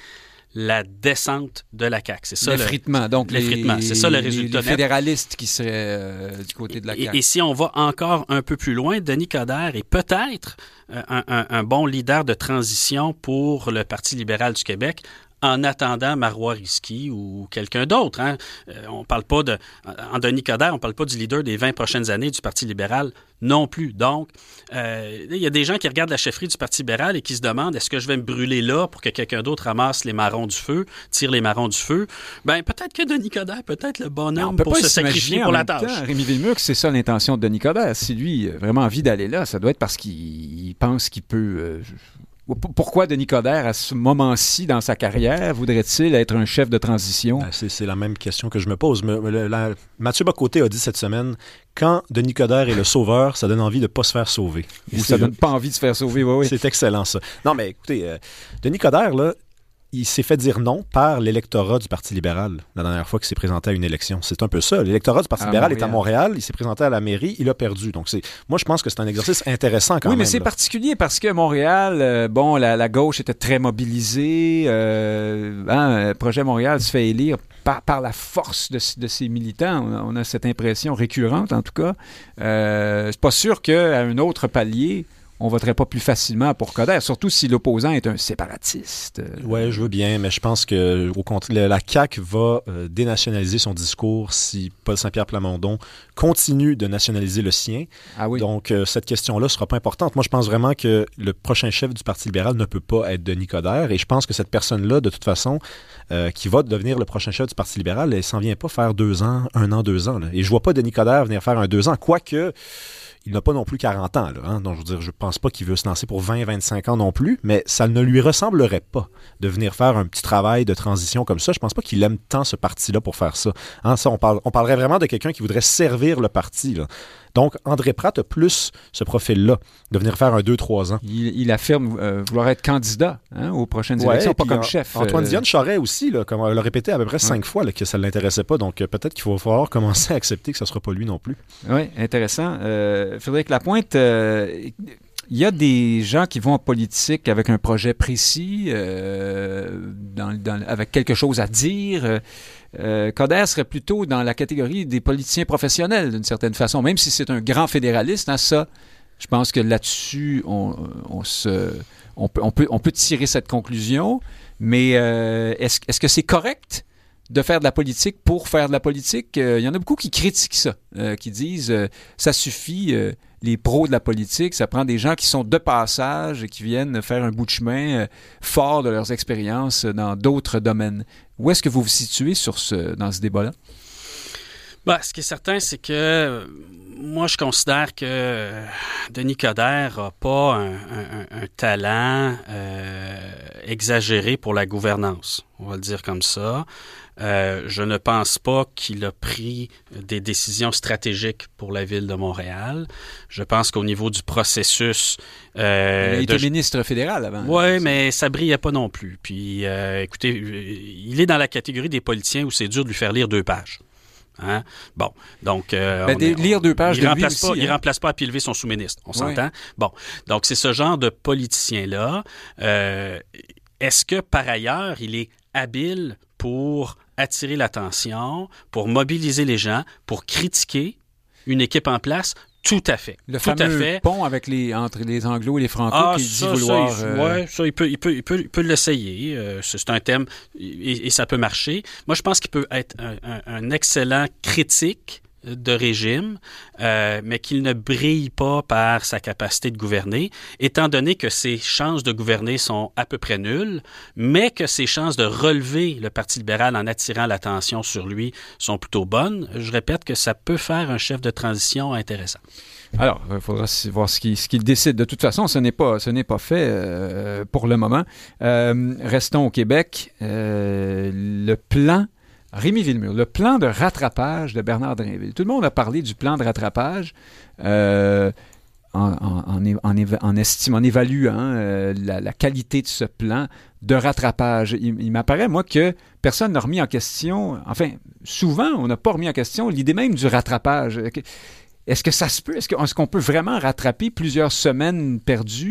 la descente de la C A Q. C'est ça l'effritement. Le, donc l'effritement. Les, c'est ça le résultat. Les, les fédéralistes qui seraient euh, du côté de la C A Q. Et, et si on va encore un peu plus loin, Denis Coderre est peut-être un, un, un bon leader de transition pour le Parti libéral du Québec, en attendant Marois Risky ou quelqu'un d'autre. Hein. Euh, on parle pas de... En Denis Coderre, on parle pas du leader des vingt prochaines années du Parti libéral non plus. Donc, euh, il y a des gens qui regardent la chefferie du Parti libéral et qui se demandent, est-ce que je vais me brûler là pour que quelqu'un d'autre ramasse les marrons du feu, tire les marrons du feu? Ben peut-être que Denis Coderre peut être le bon homme pour se sacrifier pour la tâche. Temps, Rémi Villemur, c'est ça l'intention de Denis Coderre. Si lui a vraiment envie d'aller là, ça doit être parce qu'il pense qu'il peut... Euh, Pourquoi Denis Coderre, à ce moment-ci dans sa carrière, voudrait-il être un chef de transition? Ben, c'est, c'est la même question que je me pose. Mais, le, la, Mathieu Bocoté a dit cette semaine, quand Denis Coderre est le sauveur, ça donne envie de ne pas se faire sauver. Ou ça donne pas envie de se faire sauver, oui, oui. C'est excellent, ça. Non, mais écoutez, euh, Denis Coderre, là, il s'est fait dire non par l'électorat du Parti libéral la dernière fois qu'il s'est présenté à une élection. C'est un peu ça. L'électorat du Parti à libéral Montréal. Est à Montréal. Il s'est présenté à la mairie. Il a perdu. Donc, c'est, moi, je pense que c'est un exercice intéressant quand oui, même. Oui, mais c'est là. particulier parce que Montréal, euh, bon, la, la gauche était très mobilisée. Euh, hein, Projet Montréal se fait élire par, par la force de, de ses militants. On a, on a cette impression récurrente, en tout cas. Euh, c'est pas sûr qu'à un autre palier, on voterait pas plus facilement pour Coderre, surtout si l'opposant est un séparatiste. Oui, je veux bien, mais je pense que au contraire, la C A Q va euh, dénationaliser son discours si Paul Saint-Pierre Plamondon continue de nationaliser le sien. Ah oui. Donc, euh, cette question-là ne sera pas importante. Moi, je pense vraiment que le prochain chef du Parti libéral ne peut pas être Denis Coderre, et je pense que cette personne-là, de toute façon, euh, qui va devenir le prochain chef du Parti libéral, elle ne s'en vient pas faire deux ans, un an, deux ans. Là. Et je vois pas Denis Coderre venir faire un deux ans, quoique... Il n'a pas non plus quarante ans, là, hein? Donc, je veux dire, je pense pas qu'il veut se lancer pour vingt à vingt-cinq ans non plus, mais ça ne lui ressemblerait pas de venir faire un petit travail de transition comme ça. Je pense pas qu'il aime tant ce parti-là pour faire ça. Hein? Ça, on, parle, on parlerait vraiment de quelqu'un qui voudrait servir le parti, là. Donc, André Pratt a plus ce profil-là, de venir faire un deux trois ans. Il, il affirme euh, vouloir être candidat hein, aux prochaines ouais, élections, pas comme en, chef. Antoine euh... Dion Charest aussi, là, comme, l'a répété à peu près ouais. cinq fois là, que ça ne l'intéressait pas. Donc, euh, peut-être qu'il va falloir commencer à accepter que ce ne sera pas lui non plus. Oui, intéressant. Euh, Frédéric Lapointe, euh, il y a des gens qui vont en politique avec un projet précis, euh, dans, dans, avec quelque chose à dire. Euh, Euh, Coderre serait plutôt dans la catégorie des politiciens professionnels, d'une certaine façon, même si c'est un grand fédéraliste. Hein, ça, je pense que là-dessus, on, on, se, on, peut, on, peut, on peut tirer cette conclusion. Mais euh, est-ce, est-ce que c'est correct de faire de la politique pour faire de la politique? Il euh, y en a beaucoup qui critiquent ça, euh, qui disent euh, ça suffit, euh, les pros de la politique, ça prend des gens qui sont de passage et qui viennent faire un bout de chemin euh, fort de leurs expériences dans d'autres domaines. Où est-ce que vous vous situez sur ce, dans ce débat-là? Ben, ce qui est certain, c'est que moi, je considère que Denis Coderre n'a pas un, un, un talent euh, exagéré pour la gouvernance. On va le dire comme ça. Euh, je ne pense pas qu'il a pris des décisions stratégiques pour la ville de Montréal. Je pense qu'au niveau du processus... Euh, il a été de... ministre fédéral avant. Oui, mais ça brillait pas non plus. Puis, euh, écoutez, il est dans la catégorie des politiciens où c'est dur de lui faire lire deux pages. Hein? Bon, donc... Euh, ben, des, on, lire deux pages il de ne lui remplace, aussi, pas, hein? il remplace pas à pied levé son sous-ministre, on oui. s'entend? Bon, donc c'est ce genre de politicien-là. Euh, est-ce que, par ailleurs, il est habile pour attirer l'attention, pour mobiliser les gens, pour critiquer une équipe en place? Tout à fait. Le Tout fameux à fait. pont avec les, entre les Anglo et les Franco ah, qui ça, dit vouloir... Ça, il, euh... ouais, ça, il peut, il peut, il peut, il peut l'essayer. Euh, c'est un thème et, et ça peut marcher. Moi, je pense qu'il peut être un, un, un excellent critique de régime, euh, mais qu'il ne brille pas par sa capacité de gouverner, étant donné que ses chances de gouverner sont à peu près nulles, mais que ses chances de relever le Parti libéral en attirant l'attention sur lui sont plutôt bonnes. Je répète que ça peut faire un chef de transition intéressant. Alors, il faudra voir ce qu'il, ce qu'il décide. De toute façon, ce n'est pas, ce n'est pas fait euh, pour le moment. Euh, restons au Québec. Euh, le plan... Rémi Villemur, le plan de rattrapage de Bernard Drinville. Tout le monde a parlé du plan de rattrapage euh, en, en, en, en, en estime, en évaluant euh, la, la qualité de ce plan de rattrapage. Il, il m'apparaît, moi, que personne n'a remis en question, enfin, souvent, on n'a pas remis en question l'idée même du rattrapage. Est-ce que ça se peut? Est-ce, que, est-ce qu'on peut vraiment rattraper plusieurs semaines perdues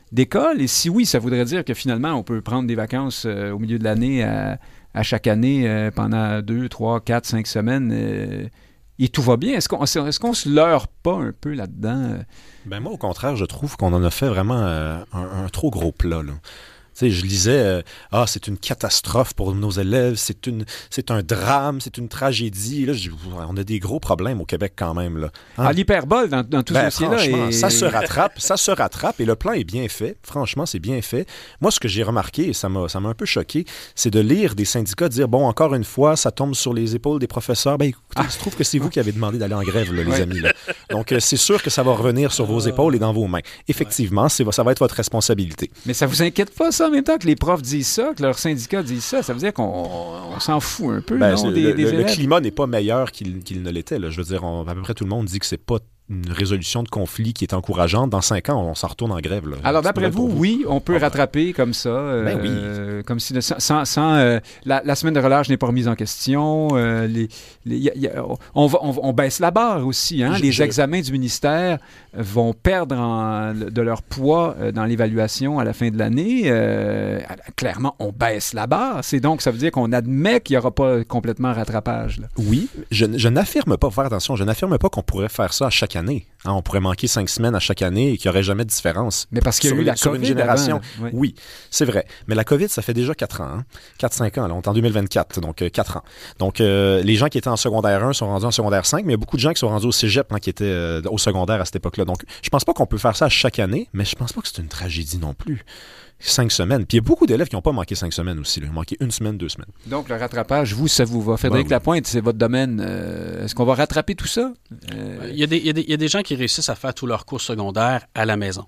d'école? Et si oui, ça voudrait dire que finalement, on peut prendre des vacances euh, au milieu de l'année à, à chaque année euh, pendant deux, trois, quatre, cinq semaines euh, et tout va bien. Est-ce qu'on est-ce qu'on se leurre pas un peu là-dedans? Ben moi, au contraire, je trouve qu'on en a fait vraiment euh, un, un trop gros plat, là. Tu sais, je lisais, euh, ah, c'est une catastrophe pour nos élèves, c'est une, c'est un drame, c'est une tragédie. Là, je, on a des gros problèmes au Québec quand même. Là. Hein? Ah, l'hyperbole dans, dans tout ben, ce dossier-là. Et... ça se rattrape, ça se rattrape et le plan est bien fait. Franchement, c'est bien fait. Moi, ce que j'ai remarqué, et ça m'a, ça m'a un peu choqué, c'est de lire des syndicats dire, bon, encore une fois, ça tombe sur les épaules des professeurs. Ben, écoutez, ah. il se trouve que c'est vous qui avez demandé d'aller en grève, là, les ouais. amis. Là. Donc, euh, c'est sûr que ça va revenir sur vos épaules et dans vos mains. Effectivement, ouais. c'est, ça va être votre responsabilité. Mais ça vous inquiète pas, ça, en même temps que les profs disent ça, que leurs syndicats disent ça, ça veut dire qu'on on s'en fout un peu, ben, non, le, des, le, des le, élèves? Le climat n'est pas meilleur qu'il, qu'il ne l'était. Là. Je veux dire, on, à peu près tout le monde dit que c'est pas une résolution de conflit qui est encourageante. Dans cinq ans, on s'en retourne en grève. Là. Alors, d'après vous, vous, oui, on peut oh, rattraper comme ça. Euh, ben oui. Euh, comme si, sans, sans euh, la, la semaine de relâche n'est pas remise en question. Euh, les, les, y a, y a, on, va, on, on baisse la barre aussi. Hein? Je, les je... examens du ministère vont perdre en, de leur poids dans l'évaluation à la fin de l'année. Euh, clairement, on baisse la barre. C'est donc, ça veut dire qu'on admet qu'il n'y aura pas complètement rattrapage. Là. Oui, je, je n'affirme pas, faire attention, je n'affirme pas qu'on pourrait faire ça à chaque année. Hein, on pourrait manquer cinq semaines à chaque année et qu'il n'y aurait jamais de différence. Mais parce qu'il y a sur, eu la sur COVID une génération. Avant, oui. oui, c'est vrai. Mais la COVID, ça fait déjà quatre ans. Hein? quatre cinq ans. Là, on est en deux mille vingt-quatre, donc euh, quatre ans. Donc, euh, les gens qui étaient en secondaire un sont rendus en secondaire cinq, mais il y a beaucoup de gens qui sont rendus au cégep hein, qui étaient euh, au secondaire à cette époque-là. Donc, je pense pas qu'on peut faire ça à chaque année, mais je pense pas que c'est une tragédie non plus. Cinq semaines. Puis il y a beaucoup d'élèves qui n'ont pas manqué cinq semaines aussi. Là. Ils ont manqué une semaine, deux semaines. Donc, le rattrapage, vous, ça vous va. Frédéric ben, oui. Lapointe, c'est votre domaine. Euh, est-ce qu'on va rattraper tout ça? Euh... Il, y a des, il, y a des, il y a des gens qui réussissent à faire tous leurs cours secondaires à la maison.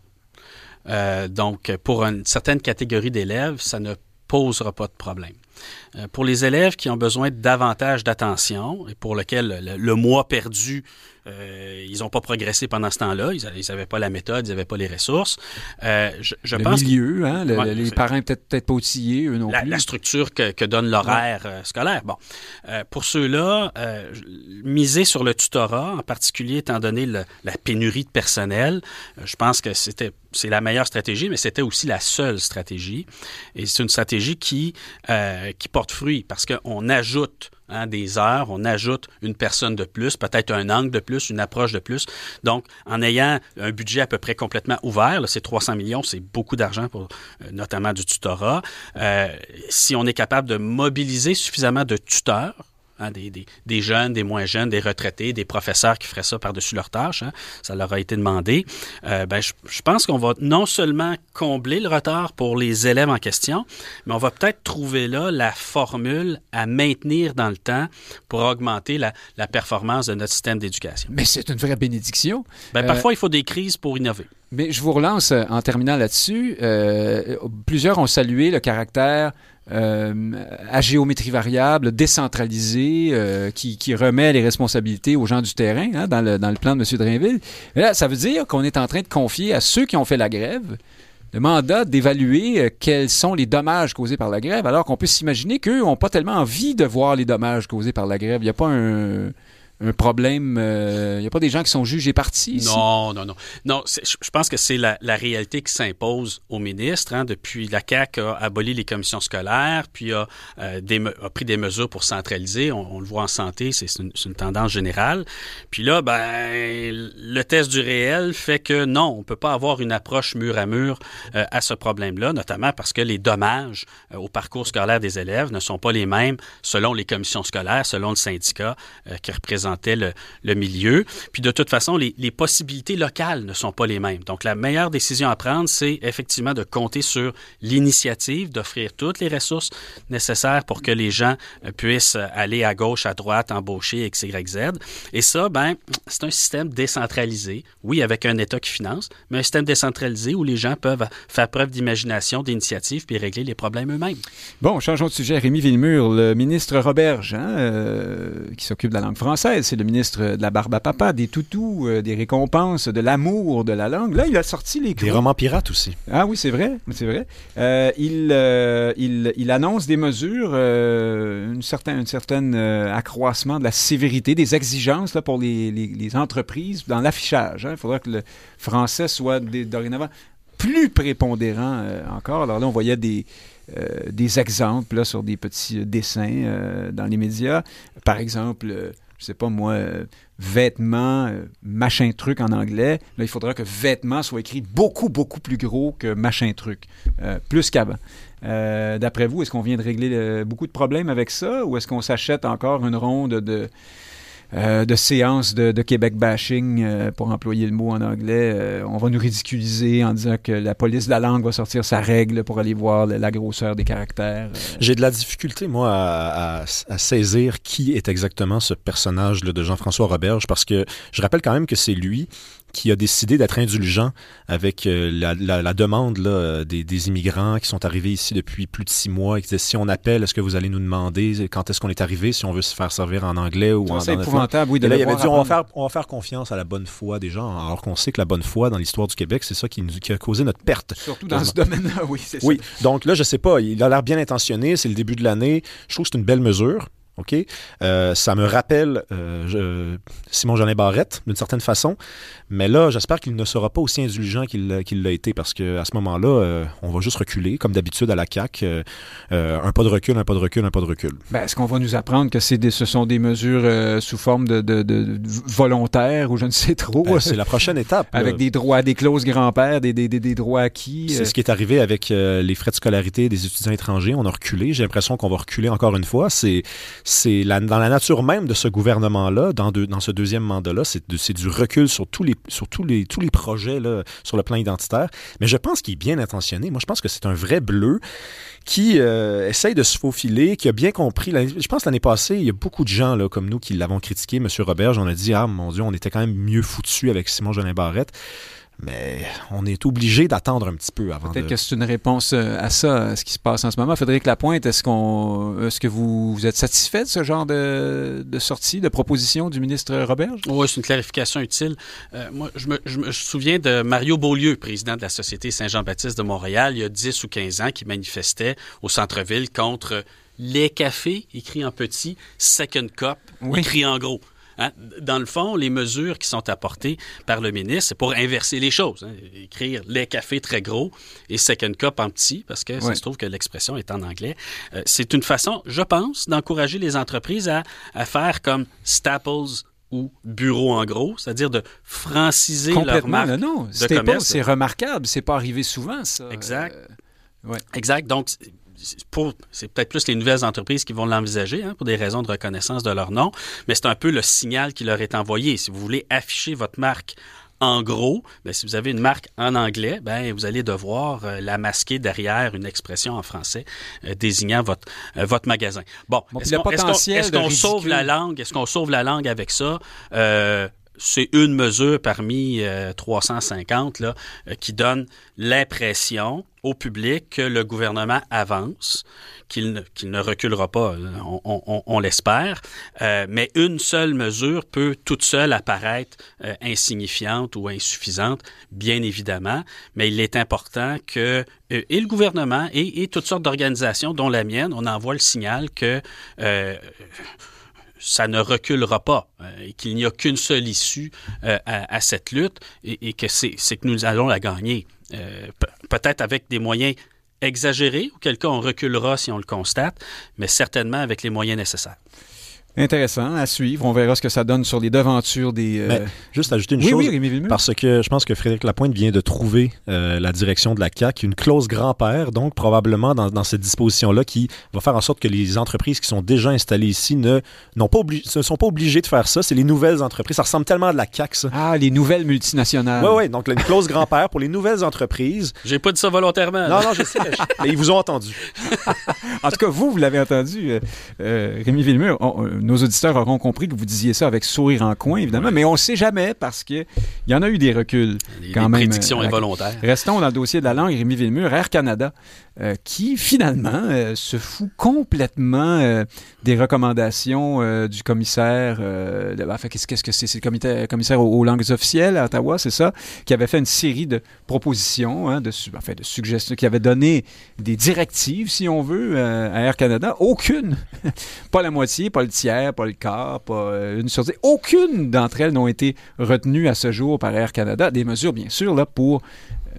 Euh, donc, pour une certaine catégorie d'élèves, ça ne posera pas de problème. Euh, pour les élèves qui ont besoin de davantage d'attention et pour lesquels le, le mois perdu, euh, ils n'ont pas progressé pendant ce temps-là, ils n'avaient pas la méthode, ils n'avaient pas les ressources. Euh, je, je le pense milieu, que, hein, le, ouais, les parents peut-être peut-être pas outillés, eux non la, plus. La structure que, que donne l'horaire ouais. euh, scolaire. Bon, euh, pour ceux-là, euh, miser sur le tutorat, en particulier étant donné le, la pénurie de personnel, euh, je pense que c'était c'est la meilleure stratégie, mais c'était aussi la seule stratégie. Et c'est une stratégie qui euh, qui porte fruit parce qu'on ajoute hein, des heures, on ajoute une personne de plus, peut-être un angle de plus, une approche de plus. Donc, en ayant un budget à peu près complètement ouvert, là, c'est trois cents millions, c'est beaucoup d'argent pour euh, notamment du tutorat. Euh, si on est capable de mobiliser suffisamment de tuteurs, Hein, des, des, des jeunes, des moins jeunes, des retraités, des professeurs qui feraient ça par-dessus leurs tâches. Hein, ça leur a été demandé. Euh, ben, je, je pense qu'on va non seulement combler le retard pour les élèves en question, mais on va peut-être trouver là la formule à maintenir dans le temps pour augmenter la, la performance de notre système d'éducation. Mais c'est une vraie bénédiction. Ben, euh... Parfois, il faut des crises pour innover. Mais je vous relance en terminant là-dessus. Euh, plusieurs ont salué le caractère euh, à géométrie variable, décentralisé, euh, qui, qui remet les responsabilités aux gens du terrain hein, dans, le, dans le plan de M. Drainville. Mais là, ça veut dire qu'on est en train de confier à ceux qui ont fait la grève le mandat d'évaluer euh, quels sont les dommages causés par la grève, alors qu'on peut s'imaginer qu'eux n'ont pas tellement envie de voir les dommages causés par la grève. Il n'y a pas un... un problème. Il euh, n'y a pas des gens qui sont jugés partis ici? Non, non, non. Non, je pense que c'est la, la réalité qui s'impose au ministre. Hein, depuis, la C A Q a aboli les commissions scolaires, puis a, euh, des, a pris des mesures pour centraliser. On, on le voit en santé, c'est une, c'est une tendance générale. Puis là, ben, le test du réel fait que non, on ne peut pas avoir une approche mur à mur euh, à ce problème-là, notamment parce que les dommages euh, au parcours scolaire des élèves ne sont pas les mêmes selon les commissions scolaires, selon le syndicat euh, qui représente Le, le milieu. Puis de toute façon, les, les possibilités locales ne sont pas les mêmes. Donc, la meilleure décision à prendre, c'est effectivement de compter sur l'initiative, d'offrir toutes les ressources nécessaires pour que les gens euh, puissent aller à gauche, à droite, embaucher, X, Y, Z. Et ça, ben, c'est un système décentralisé. Oui, avec un État qui finance, mais un système décentralisé où les gens peuvent faire preuve d'imagination, d'initiative, puis régler les problèmes eux-mêmes. Bon, changeons de sujet. Rémi Villemure, le ministre Roberge, hein, euh, qui s'occupe de la langue française, c'est le ministre de la barbe à papa, des toutous, euh, des récompenses, de l'amour de la langue. Là, il a sorti les Des romans pirates aussi. Ah oui, c'est vrai, c'est vrai. Euh, il, euh, il, il annonce des mesures, euh, une certaine, une certaine euh, accroissement de la sévérité, des exigences là, pour les, les, les entreprises dans l'affichage. Hein. Il faudra que le français soit des, dorénavant plus prépondérant euh, encore. Alors là, on voyait des, euh, des exemples là, sur des petits dessins euh, dans les médias. Par exemple, euh, je sais pas moi, euh, vêtements, euh, machin truc en anglais. Là, il faudra que vêtements soit écrit beaucoup, beaucoup plus gros que machin truc, euh, plus qu'avant. Euh, d'après vous, est-ce qu'on vient de régler euh, beaucoup de problèmes avec ça ou est-ce qu'on s'achète encore une ronde de... Euh, de séances de, de Québec bashing, euh, pour employer le mot en anglais. Euh, on va nous ridiculiser en disant que la police de la langue va sortir sa règle pour aller voir la, la grosseur des caractères. Euh. J'ai de la difficulté, moi, à, à, à saisir qui est exactement ce personnage là, de Jean-François Roberge, parce que je rappelle quand même que c'est lui qui a décidé d'être indulgent avec euh, la, la, la demande là, des, des immigrants qui sont arrivés ici depuis plus de six mois et qui disaient, si on appelle, est-ce que vous allez nous demander quand est-ce qu'on est arrivé, si on veut se faire servir en anglais ou ça, en c'est épouvantable, oui. De là, il avait dit, on va, faire, apprendre. on va faire confiance à la bonne foi des gens, alors qu'on sait que la bonne foi dans l'histoire du Québec, c'est ça qui, nous, qui a causé notre perte. Surtout dans ce domaine-là, oui, c'est oui. ça. Oui, donc là, je sais pas, il a l'air bien intentionné, c'est le début de l'année, je trouve que c'est une belle mesure. OK? Euh, ça me rappelle euh, je, Simon-Jolin Barrette, d'une certaine façon. Mais là, j'espère qu'il ne sera pas aussi indulgent qu'il, qu'il l'a été, parce qu'à ce moment-là, euh, on va juste reculer, comme d'habitude à la C A Q. Euh, euh, un pas de recul, un pas de recul, un pas de recul. Ben, est-ce qu'on va nous apprendre que c'est des, ce sont des mesures euh, sous forme de, de, de, de volontaires ou je ne sais trop? Ben, c'est la prochaine étape. Avec là. des droits, des clauses grand-père, des, des, des, des droits acquis. C'est euh... ce qui est arrivé avec euh, les frais de scolarité des étudiants étrangers. On a reculé. J'ai l'impression qu'on va reculer encore une fois. C'est, c'est la, dans la nature même de ce gouvernement-là, dans, de, dans ce deuxième mandat-là, c'est, de, c'est du recul sur tous les, sur tous les, tous les projets là, sur le plan identitaire. Mais je pense qu'il est bien intentionné. Moi, je pense que c'est un vrai bleu qui euh, essaye de se faufiler, qui a bien compris. Je pense que l'année passée, il y a beaucoup de gens là, comme nous qui l'avons critiqué, M. Roberge. On a dit, ah mon Dieu, on était quand même mieux foutus avec Simon-Jolin Barrette. Mais on est obligé d'attendre un petit peu avant Peut-être de... que c'est une réponse à ça, à ce qui se passe en ce moment. Frédéric Lapointe, est-ce, qu'on, est-ce que vous, vous êtes satisfait de ce genre de, de sortie, de proposition du ministre Roberge? Oui, c'est une clarification utile. Euh, moi, je me, je me souviens de Mario Beaulieu, président de la Société Saint-Jean-Baptiste de Montréal, il y a dix ou quinze ans, qui manifestait au centre-ville contre les cafés, écrit en petit, Second Cup, oui. Écrit en gros. Hein? Dans le fond, les mesures qui sont apportées par le ministre, c'est pour inverser les choses. Hein? Écrire les cafés très gros et second cup en petit, parce que ouais. ça se trouve que l'expression est en anglais. Euh, c'est une façon, je pense, d'encourager les entreprises à, à faire comme Staples ou Bureau en gros, c'est-à-dire de franciser leur marque non, non. de Staples, commerce. C'est remarquable. C'est pas arrivé souvent, ça. Exact. Euh, ouais. Exact. Donc, Pour, c'est peut-être plus les nouvelles entreprises qui vont l'envisager hein, pour des raisons de reconnaissance de leur nom, mais c'est un peu le signal qui leur est envoyé. Si vous voulez afficher votre marque en gros, bien, si vous avez une marque en anglais, bien, vous allez devoir euh, la masquer derrière une expression en français euh, désignant votre, euh, votre magasin. Bon, bon est-ce, qu'on, est-ce, qu'on, est-ce qu'on sauve la langue? Est-ce qu'on sauve la langue avec ça? Euh, C'est une mesure parmi euh, trois cent cinquante là, euh, qui donne l'impression au public que le gouvernement avance, qu'il ne, qu'il ne reculera pas, on, on, on l'espère, euh, mais une seule mesure peut toute seule apparaître euh, insignifiante ou insuffisante, bien évidemment, mais il est important que euh, et le gouvernement et, et toutes sortes d'organisations, dont la mienne, on envoie le signal que euh, ça ne reculera pas euh, et qu'il n'y a qu'une seule issue euh, à, à cette lutte et, et que c'est, c'est que nous allons la gagner. Euh, pe- peut-être avec des moyens exagérés, auquel cas on reculera si on le constate, mais certainement avec les moyens nécessaires. Intéressant à suivre. On verra ce que ça donne sur les devantures des... Euh... Mais juste ajouter une oui, chose, oui, Rémi Villemur. Parce que je pense que Frédéric Lapointe vient de trouver euh, la direction de la C A Q, une clause grand-père, donc probablement dans, dans cette disposition-là qui va faire en sorte que les entreprises qui sont déjà installées ici ne, n'ont pas obli- ne sont pas obligées de faire ça. C'est les nouvelles entreprises. Ça ressemble tellement à de la C A Q, ça. Ah, les nouvelles multinationales. Oui, oui. Donc, une clause grand-père pour les nouvelles entreprises. J'ai pas dit ça volontairement. Non, non, je sais. Mais, je... mais ils vous ont entendu. En tout cas, vous, vous l'avez entendu, euh, euh, Rémi Villemur. On, euh, nos auditeurs auront compris que vous disiez ça avec sourire en coin, évidemment, ouais. mais on ne sait jamais parce qu'il y en a eu des reculs les, quand les même. prédictions euh, involontaires. Restons dans le dossier de la langue, Rémi Villemur, Air Canada, euh, qui finalement euh, se fout complètement euh, des recommandations euh, du commissaire, euh, de, enfin, qu'est-ce, qu'est-ce que c'est? C'est le comité, commissaire aux, aux langues officielles à Ottawa, c'est ça? Qui avait fait une série de propositions, hein, de, enfin, de suggestions, qui avait donné des directives, si on veut, euh, à Air Canada. Aucune, pas la moitié, pas le tiers, pas le quart, pas une sur dix. Aucune d'entre elles n'ont été retenues à ce jour par Air Canada. Des mesures, bien sûr, là, pour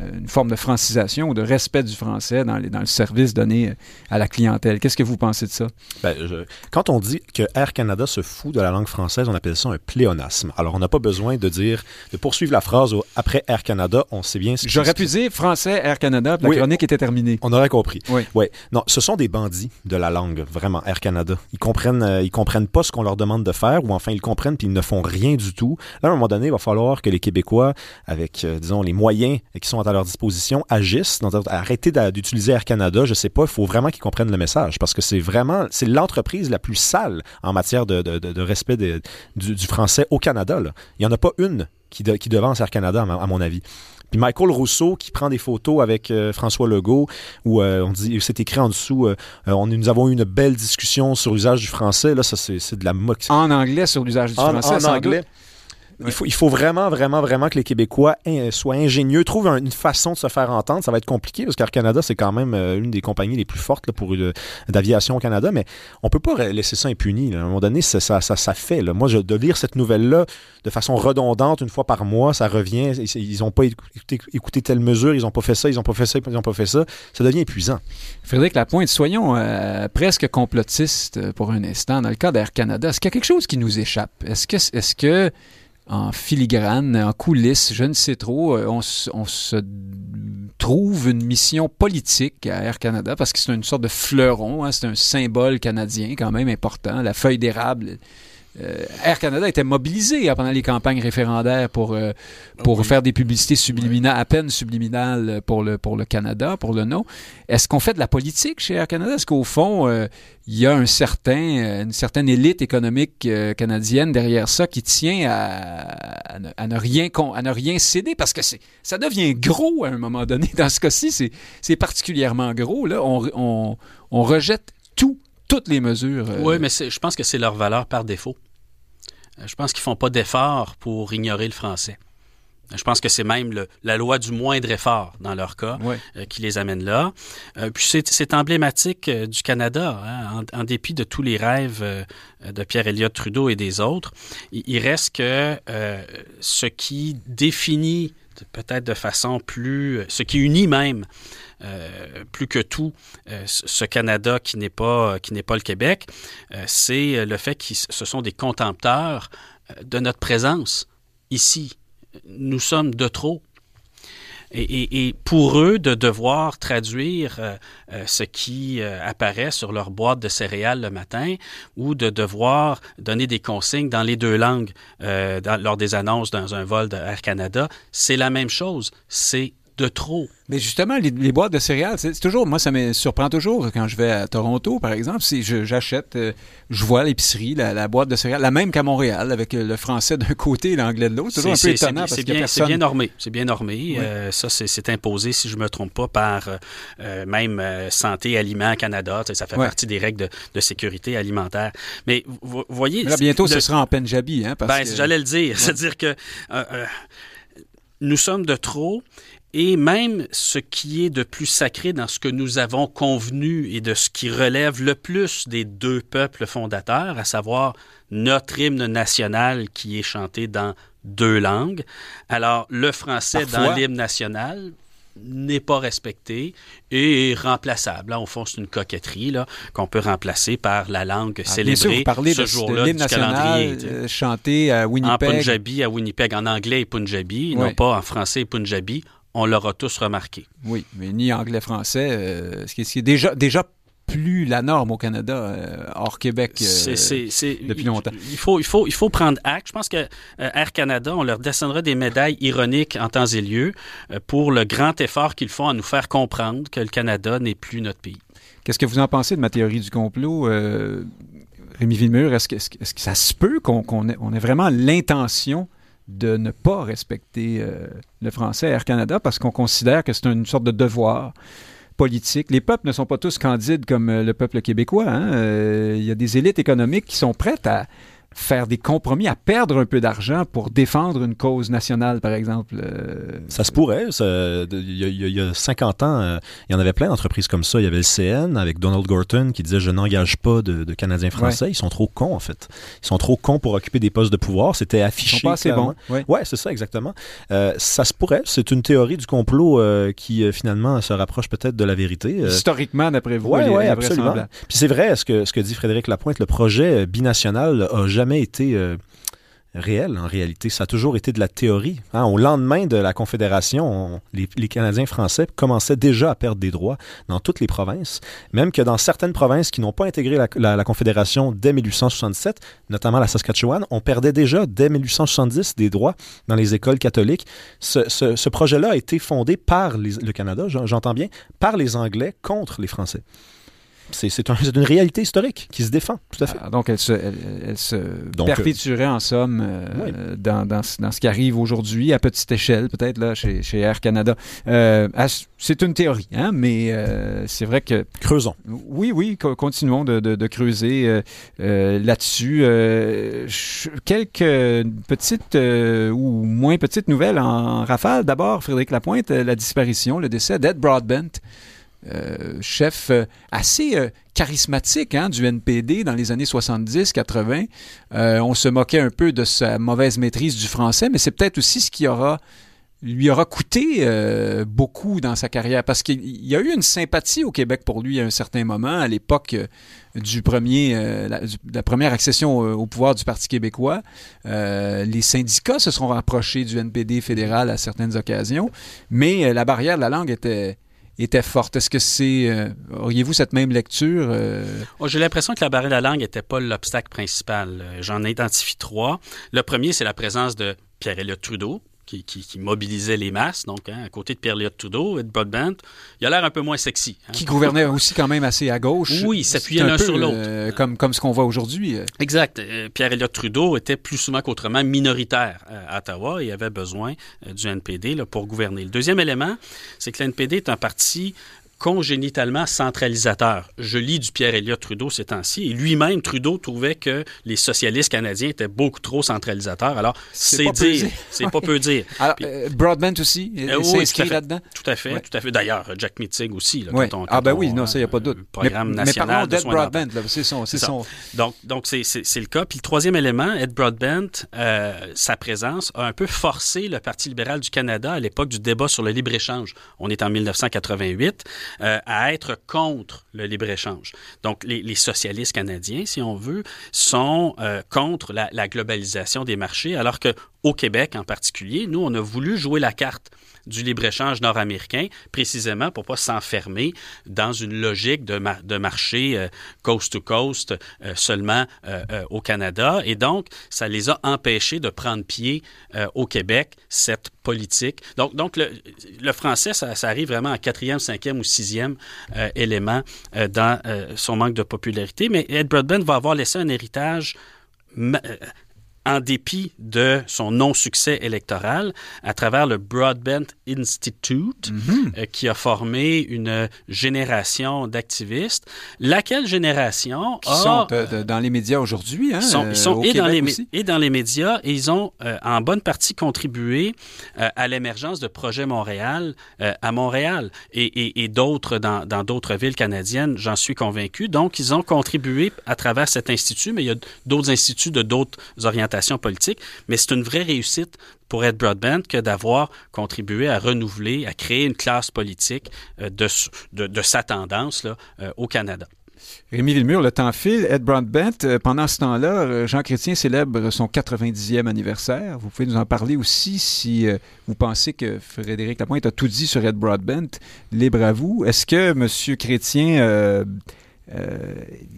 une forme de francisation ou de respect du français dans, les, dans le service donné à la clientèle. Qu'est-ce que vous pensez de ça? Ben, je, quand on dit que Air Canada se fout de la langue française, on appelle ça un pléonasme. Alors, on n'a pas besoin de dire, de poursuivre la phrase au, après Air Canada, on sait bien... Ce J'aurais pu dire français, Air Canada, puis la oui, chronique était terminée. On aurait compris. Oui. Ouais. Non, ce sont des bandits de la langue, vraiment, Air Canada. Ils comprennent, euh, ils comprennent pas ce qu'on leur demande de faire, ou enfin, ils comprennent puis ils ne font rien du tout. Là, à un moment donné, il va falloir que les Québécois, avec, euh, disons, les moyens qui sont à leur disposition, agissent. Donc, arrêter d'utiliser Air Canada, je sais pas, il faut vraiment qu'ils comprennent le message, parce que c'est vraiment, c'est l'entreprise la plus sale en matière de, de, de, de respect de, du, du français au Canada, là. Il n'y en a pas une qui, de, qui devance Air Canada, à, à mon avis. Puis Michael Rousseau qui prend des photos avec euh, François Legault où euh, on dit, c'est écrit en dessous, euh, on, nous avons eu une belle discussion sur l'usage du français. Là, ça, c'est, c'est de la moque. En anglais sur l'usage du en, français, en anglais. Il faut, il faut vraiment, vraiment, vraiment que les Québécois in, soient ingénieux, trouvent un, une façon de se faire entendre. Ça va être compliqué parce qu'Air Canada, c'est quand même euh, une des compagnies les plus fortes là, pour euh, d'aviation au Canada, mais on peut pas laisser ça impuni. Là. À un moment donné, ça, ça, ça, ça fait. Là. Moi, je, de lire cette nouvelle-là de façon redondante une fois par mois, ça revient. Ils n'ont pas écouté, écouté telle mesure, ils n'ont pas fait ça, ils n'ont pas fait ça, ils n'ont pas fait ça. Ça devient épuisant. Frédéric Lapointe, soyons euh, presque complotistes pour un instant. Dans le cas d'Air Canada, est-ce qu'il y a quelque chose qui nous échappe? Est-ce que... Est-ce que en filigrane, en coulisses, je ne sais trop, on, on se trouve une mission politique à Air Canada parce que c'est une sorte de fleuron, hein, c'est un symbole canadien quand même important, la feuille d'érable. Euh, Air Canada était mobilisé hein, pendant les campagnes référendaires pour, euh, pour oui. faire des publicités subliminales, à peine subliminales pour le, pour le Canada, pour le no. Est-ce qu'on fait de la politique chez Air Canada? Est-ce qu'au fond, euh, il y a un certain, une certaine élite économique euh, canadienne derrière ça qui tient à, à, ne, à, ne, rien, à ne rien céder? Parce que c'est, ça devient gros à un moment donné. Dans ce cas-ci, c'est, c'est particulièrement gros. Là. On, on, on rejette tout. Toutes les mesures. Euh... Oui, mais c'est, je pense que c'est leur valeur par défaut. Je pense qu'ils ne font pas d'efforts pour ignorer le français. Je pense que c'est même le, la loi du moindre effort, dans leur cas, oui. euh, qui les amène là. Euh, puis c'est, c'est emblématique euh, du Canada, hein, en, en dépit de tous les rêves euh, de Pierre Elliott Trudeau et des autres. Il, il reste que euh, ce qui définit peut-être de façon plus... ce qui unit même Euh, plus que tout, euh, ce Canada qui n'est pas, qui n'est pas le Québec, euh, c'est le fait que ce sont des contempteurs de notre présence ici. Nous sommes de trop. Et, et, et pour eux, de devoir traduire euh, euh, ce qui euh, apparaît sur leur boîte de céréales le matin ou de devoir donner des consignes dans les deux langues euh, dans, lors des annonces dans un vol d'Air Canada, c'est la même chose. C'est de trop. Mais justement, les, les boîtes de céréales, c'est, c'est toujours, moi, ça me surprend toujours quand je vais à Toronto, par exemple. C'est, je, j'achète, euh, je vois à l'épicerie la, la boîte de céréales, la même qu'à Montréal, avec le français d'un côté et l'anglais de l'autre. C'est toujours c'est, un peu c'est, étonnant c'est, parce c'est qu'il y a bien, personne. C'est bien normé. C'est bien normé. Oui. Euh, ça, c'est, c'est imposé, si je ne me trompe pas, par euh, même euh, Santé Aliments Canada. Ça fait ouais. partie des règles de, de sécurité alimentaire. Mais vous voyez... Mais là, bientôt, le, ce sera en Pendjabi. Hein, parce ben, que... j'allais le dire. Ouais. C'est-à-dire que euh, euh, nous sommes de trop. Et même ce qui est de plus sacré dans ce que nous avons convenu et de ce qui relève le plus des deux peuples fondateurs, à savoir notre hymne national qui est chanté dans deux langues. Alors, le français Parfois. dans l'hymne national n'est pas respecté et est remplaçable. Là, au fond, c'est une coquetterie là, qu'on peut remplacer par la langue ah, célébrée bien sûr, vous parlez ce de, jour-là de l'hymne du national calendrier. Euh, chanté à Winnipeg. En Punjabi, à Winnipeg, en anglais et Punjabi, oui. non pas en français et Punjabi. On l'aura tous remarqué. Oui, mais ni anglais-français, euh, ce qui est, ce qui est déjà, déjà plus la norme au Canada, euh, hors Québec, euh, c'est, c'est, c'est, depuis longtemps. Il faut, il, faut, il faut prendre acte. Je pense que euh, Air Canada, on leur descendra des médailles ironiques en temps et lieu euh, pour le grand effort qu'ils font à nous faire comprendre que le Canada n'est plus notre pays. Qu'est-ce que vous en pensez de ma théorie du complot? Euh, Rémi Villemur, est-ce que, est-ce, est-ce que ça se peut qu'on, qu'on ait, on ait vraiment l'intention de ne pas respecter euh, le français à Air Canada parce qu'on considère que c'est une sorte de devoir politique. Les peuples ne sont pas tous candides comme euh, le peuple québécois. Hein? Euh, il y a des élites économiques qui sont prêtes à faire des compromis, à perdre un peu d'argent pour défendre une cause nationale, par exemple? Euh... Ça se pourrait. Ça, il, y a, il y a cinquante ans, euh, il y en avait plein d'entreprises comme ça. Il y avait le C N avec Donald Gorton qui disait « Je n'engage pas de, de Canadiens français. Ouais. » Ils sont trop cons, en fait. Ils sont trop cons pour occuper des postes de pouvoir. C'était affiché. Ils sont pas assez bons. Oui, ouais, c'est ça, exactement. Euh, ça se pourrait. C'est une théorie du complot euh, qui, euh, finalement, se rapproche peut-être de la vérité. Euh... Historiquement, d'après vous, oui, ouais, est absolument. Puis c'est vrai, ce que, ce que dit Frédéric Lapointe, le projet binational a jamais été euh, réel, en réalité. Ça a toujours été de la théorie. Hein? Au lendemain de la Confédération, on, les, les Canadiens français commençaient déjà à perdre des droits dans toutes les provinces, même que dans certaines provinces qui n'ont pas intégré la, la, la Confédération dès mille huit cent soixante-sept, notamment la Saskatchewan, on perdait déjà dès mille huit cent soixante-dix des droits dans les écoles catholiques. Ce, ce, ce projet-là a été fondé par les, le Canada, j'entends bien, par les Anglais contre les Français. C'est, c'est, un, c'est une réalité historique qui se défend, tout à fait. Ah, donc, elle se, elle, elle se donc, perpétuerait, en somme, euh, oui. dans, dans, dans ce qui arrive aujourd'hui, à petite échelle, peut-être, là, chez, chez Air Canada. Euh, c'est une théorie, hein, mais euh, c'est vrai que... Creusons. Oui, oui, continuons de, de, de creuser euh, euh, là-dessus. Euh, quelques petites euh, ou moins petites nouvelles en rafale. D'abord, Frédéric Lapointe, la disparition, le décès d'Ed Broadbent, Euh, chef euh, assez euh, charismatique hein, du N P D dans les années soixante-dix quatre-vingt. Euh, on se moquait un peu de sa mauvaise maîtrise du français, mais c'est peut-être aussi ce qui aura, lui aura coûté euh, beaucoup dans sa carrière, parce qu'il y a eu une sympathie au Québec pour lui à un certain moment, à l'époque euh, du premier, euh, la, du, la première accession au, au pouvoir du Parti québécois. Euh, les syndicats se sont rapprochés du N P D fédéral à certaines occasions, mais euh, la barrière de la langue était... était forte. Est-ce que c'est... Euh, auriez-vous cette même lecture? Euh... Oh, j'ai l'impression que la barrière de la langue n'était pas l'obstacle principal. J'en identifie trois. Le premier, c'est la présence de Pierre-Éliott Trudeau, qui, qui, qui mobilisait les masses. Donc, hein, à côté de Pierre-Éliott Trudeau, Ed Broadbent, il a l'air un peu moins sexy. Hein. Qui gouvernait aussi quand même assez à gauche. Oui, il s'appuyait l'un sur l'autre. Euh, comme, comme ce qu'on voit aujourd'hui. Exact. Euh, Pierre-Éliott Trudeau était plus souvent qu'autrement minoritaire euh, à Ottawa et avait besoin euh, du N P D là, pour gouverner. Le deuxième élément, c'est que le N P D est un parti congénitalement centralisateur. Je lis du Pierre-Éliott Trudeau ces temps-ci, et lui-même, Trudeau, trouvait que les socialistes canadiens étaient beaucoup trop centralisateurs. Alors, c'est, c'est dire, dire. c'est pas peu dire. Alors, Puis, euh, Broadbent aussi, euh, oui, c'est inscrit là-dedans? Tout à fait, ouais. tout à fait. D'ailleurs, Jack Mitzig aussi. Là, ouais. quand on, quand ah ben on, oui, non, ça, il n'y a pas de doute. Programme mais, national mais parlons d'Ed Broadbent, là, c'est son... C'est c'est son... Donc, donc c'est, c'est, c'est le cas. Puis le troisième élément, Ed Broadbent, euh, sa présence a un peu forcé le Parti libéral du Canada à l'époque du débat sur le libre-échange. On est en dix-neuf cent quatre-vingt-huit, euh, à être contre le libre-échange. Donc, les, les socialistes canadiens, si on veut, sont euh, contre la, la globalisation des marchés, alors qu'au Québec en particulier, nous, on a voulu jouer la carte du libre-échange nord-américain, précisément pour ne pas s'enfermer dans une logique de, mar- de marché euh, coast-to-coast euh, seulement euh, euh, au Canada. Et donc, ça les a empêchés de prendre pied euh, au Québec, cette politique. Donc, donc le, le français, ça, ça arrive vraiment en quatrième, cinquième ou sixième euh, élément euh, dans euh, son manque de popularité. Mais Ed Broadbent va avoir laissé un héritage... Ma- euh, en dépit de son non-succès électoral, à travers le Broadbent Institute, mm-hmm. euh, qui a formé une génération d'activistes. Laquelle génération qui a... sont de, de, dans les médias aujourd'hui, hein, Ils sont, ils sont au et, Québec dans les, aussi. et dans les médias, et ils ont euh, en bonne partie contribué euh, à l'émergence de Projet Montréal euh, à Montréal et, et, et d'autres dans, dans d'autres villes canadiennes, j'en suis convaincu. Donc, ils ont contribué à travers cet institut, mais il y a d'autres instituts de d'autres orientations politique, mais c'est une vraie réussite pour Ed Broadbent que d'avoir contribué à renouveler, à créer une classe politique euh, de, de, de sa tendance là, euh, au Canada. Rémi Villemur, le temps file. Ed Broadbent, euh, pendant ce temps-là, Jean Chrétien célèbre son quatre-vingt-dixième anniversaire. Vous pouvez nous en parler aussi si euh, vous pensez que Frédéric Lapointe a tout dit sur Ed Broadbent. Libre à vous. Est-ce que M. Chrétien... Euh, euh,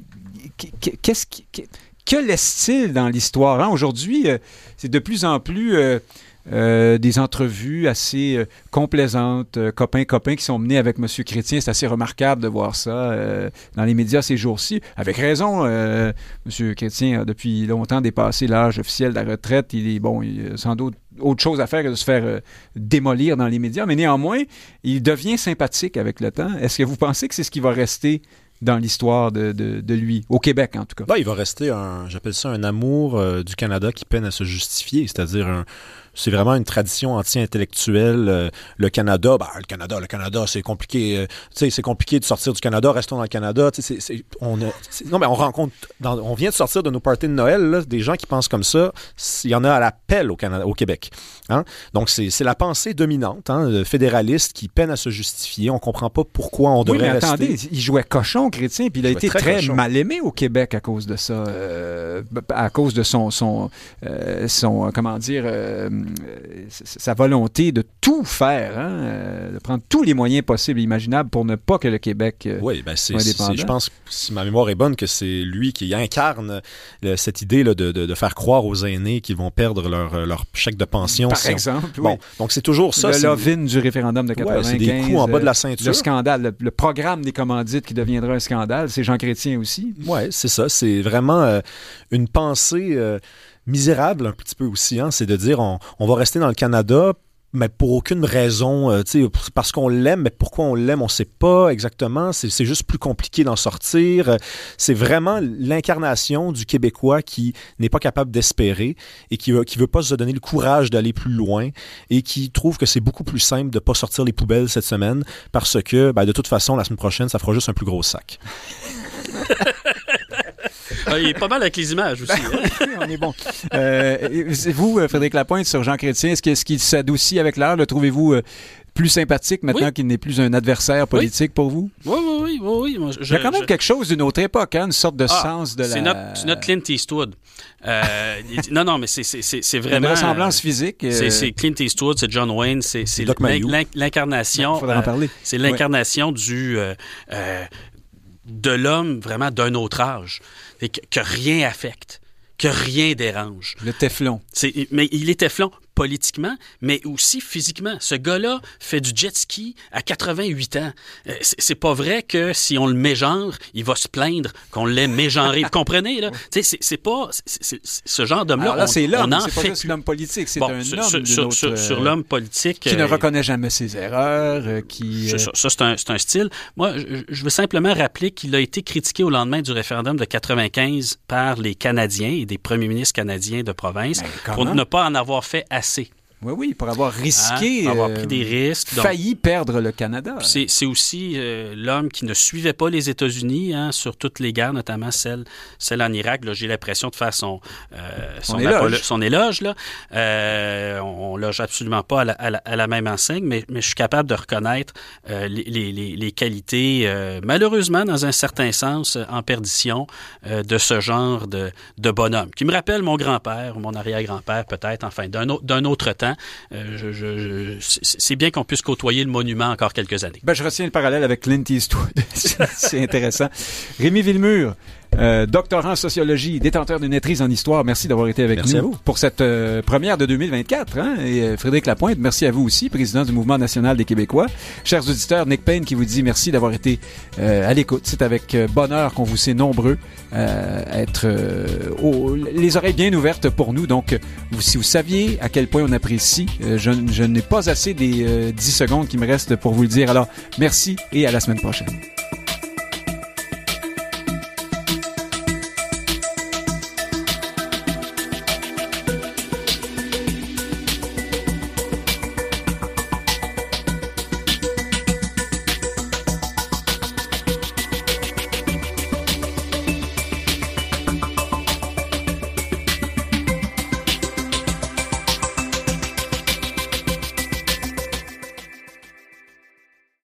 qu'est-ce qui... Que laisse-t-il dans l'histoire? Hein? Aujourd'hui, euh, c'est de plus en plus euh, euh, des entrevues assez euh, complaisantes, euh, copains-copains qui sont menés avec M. Chrétien. C'est assez remarquable de voir ça euh, dans les médias ces jours-ci. Avec raison, euh, M. Chrétien a depuis longtemps dépassé l'âge officiel de la retraite. Il est, bon, il a sans doute autre chose à faire que de se faire euh, démolir dans les médias. Mais néanmoins, il devient sympathique avec le temps. Est-ce que vous pensez que c'est ce qui va rester dans l'histoire de, de, de lui, au Québec en tout cas. Ben, il va rester un, j'appelle ça un amour euh, du Canada qui peine à se justifier, c'est-à-dire un c'est vraiment une tradition anti-intellectuelle. Euh, le Canada, ben, le Canada, le Canada, c'est compliqué. Euh, tu sais, c'est compliqué de sortir du Canada. Restons dans le Canada. Tu sais, c'est, c'est, on a, c'est, non, mais on rencontre, dans, on vient de sortir de nos parties de Noël, là, des gens qui pensent comme ça. Il y en a à l'appel au Canada, au Québec. Hein? Donc c'est, c'est la pensée dominante, hein, fédéraliste, qui peine à se justifier. On comprend pas pourquoi on devrait oui, mais rester. Attendez, il jouait cochon chrétien, puis il a il été très, très mal aimé au Québec à cause de ça, euh, à cause de son, son, euh, son comment dire. Euh, sa volonté de tout faire, hein, euh, de prendre tous les moyens possibles et imaginables pour ne pas que le Québec euh, oui, ben c'est, soit indépendant. C'est, je pense, si ma mémoire est bonne, que c'est lui qui incarne le, cette idée là, de, de, de faire croire aux aînés qu'ils vont perdre leur, leur chèque de pension. Par si exemple, on... oui. Bon, donc c'est toujours ça. Le c'est... love-in du référendum de quatre-vingt-quinze. Ouais, c'est des coups en bas de la ceinture. Le scandale, le, le programme des commandites qui deviendra un scandale, c'est Jean Chrétien aussi. Oui, c'est ça. C'est vraiment euh, une pensée... Euh, misérable un petit peu aussi, hein, c'est de dire on, on va rester dans le Canada, mais pour aucune raison, euh, tu sais, parce qu'on l'aime, mais pourquoi on l'aime, on ne sait pas exactement, c'est, c'est juste plus compliqué d'en sortir. C'est vraiment l'incarnation du Québécois qui n'est pas capable d'espérer et qui veut, qui veut pas se donner le courage d'aller plus loin et qui trouve que c'est beaucoup plus simple de ne pas sortir les poubelles cette semaine parce que, ben, de toute façon, la semaine prochaine, ça fera juste un plus gros sac. Ah, il est pas mal avec les images aussi. Hein? On est bon. Euh, vous, Frédéric Lapointe, sur Jean Chrétien, est-ce, que, est-ce qu'il s'adoucit avec l'heure? Le trouvez-vous euh, plus sympathique maintenant oui. qu'il n'est plus un adversaire politique oui. pour vous? Oui, oui, oui. oui, oui. Moi, je, il y a quand même je... quelque chose d'une autre époque, hein, une sorte de ah, sens de c'est la... Notre, c'est notre Clint Eastwood. Euh, non, non, mais c'est, c'est, c'est, c'est vraiment... Une ressemblance physique. Euh... C'est, c'est Clint Eastwood, c'est John Wayne, c'est, c'est l'in, l'incarnation... Il faudrait en parler. Euh, c'est l'incarnation oui. du... Euh, euh, de l'homme vraiment d'un autre âge, et que, que rien affecte, que rien dérange. Le téflon. C'est, mais il est téflon politiquement, mais aussi physiquement. Ce gars-là fait du jet ski à quatre-vingt-huit ans. Euh, c'est, c'est pas vrai que si on le mégenre, il va se plaindre qu'on l'ait mégenré. Vous comprenez, là? Tu sais, c'est, c'est pas... C'est, c'est, c'est, ce genre d'homme-là, Alors là, on, c'est l'homme, on en c'est fait pas juste l'homme politique, c'est bon, un sur, homme sur, sur, sur, euh, sur l'homme politique... Qui euh, ne reconnaît jamais ses erreurs, euh, qui... Euh... Ça, ça c'est, un, c'est un style. Moi, je, je veux simplement rappeler qu'il a été critiqué au lendemain du référendum de quatre-vingt-quinze par les Canadiens et des premiers ministres canadiens de province pour ne pas en avoir fait assez. Oui, oui, pour avoir risqué, hein, avoir euh, pris des risques, donc, failli perdre le Canada. C'est, c'est aussi euh, l'homme qui ne suivait pas les États-Unis hein, sur toutes les guerres, notamment celle, celle en Irak. Là, j'ai l'impression de faire son, euh, son, son éloge. Apolo- son éloge là. Euh, on, on loge absolument pas à la, à la, à la même enseigne, mais, mais je suis capable de reconnaître euh, les, les, les qualités, euh, malheureusement, dans un certain sens, en perdition euh, de ce genre de, de bonhomme, qui me rappelle mon grand-père ou mon arrière-grand-père peut-être, enfin, d'un, au, d'un autre temps. Euh, je, je, je, c'est bien qu'on puisse côtoyer le monument encore quelques années. Ben, je retiens le parallèle avec Clint Eastwood. C'est intéressant. Rémi Villemure, euh, doctorant en sociologie, détenteur d'une maîtrise en histoire. Merci d'avoir été avec merci nous pour cette euh, première de deux mille vingt-quatre. Hein? Et euh, Frédéric Lapointe, merci à vous aussi, président du Mouvement national des Québécois. Chers auditeurs, Nick Payne qui vous dit merci d'avoir été euh, à l'écoute. C'est avec euh, bonheur qu'on vous sait nombreux euh, être euh, au, les oreilles bien ouvertes pour nous. Donc, vous, si vous saviez à quel point on apprécie, euh, je, je n'ai pas assez des euh, dix secondes qui me restent pour vous le dire. Alors, merci et à la semaine prochaine.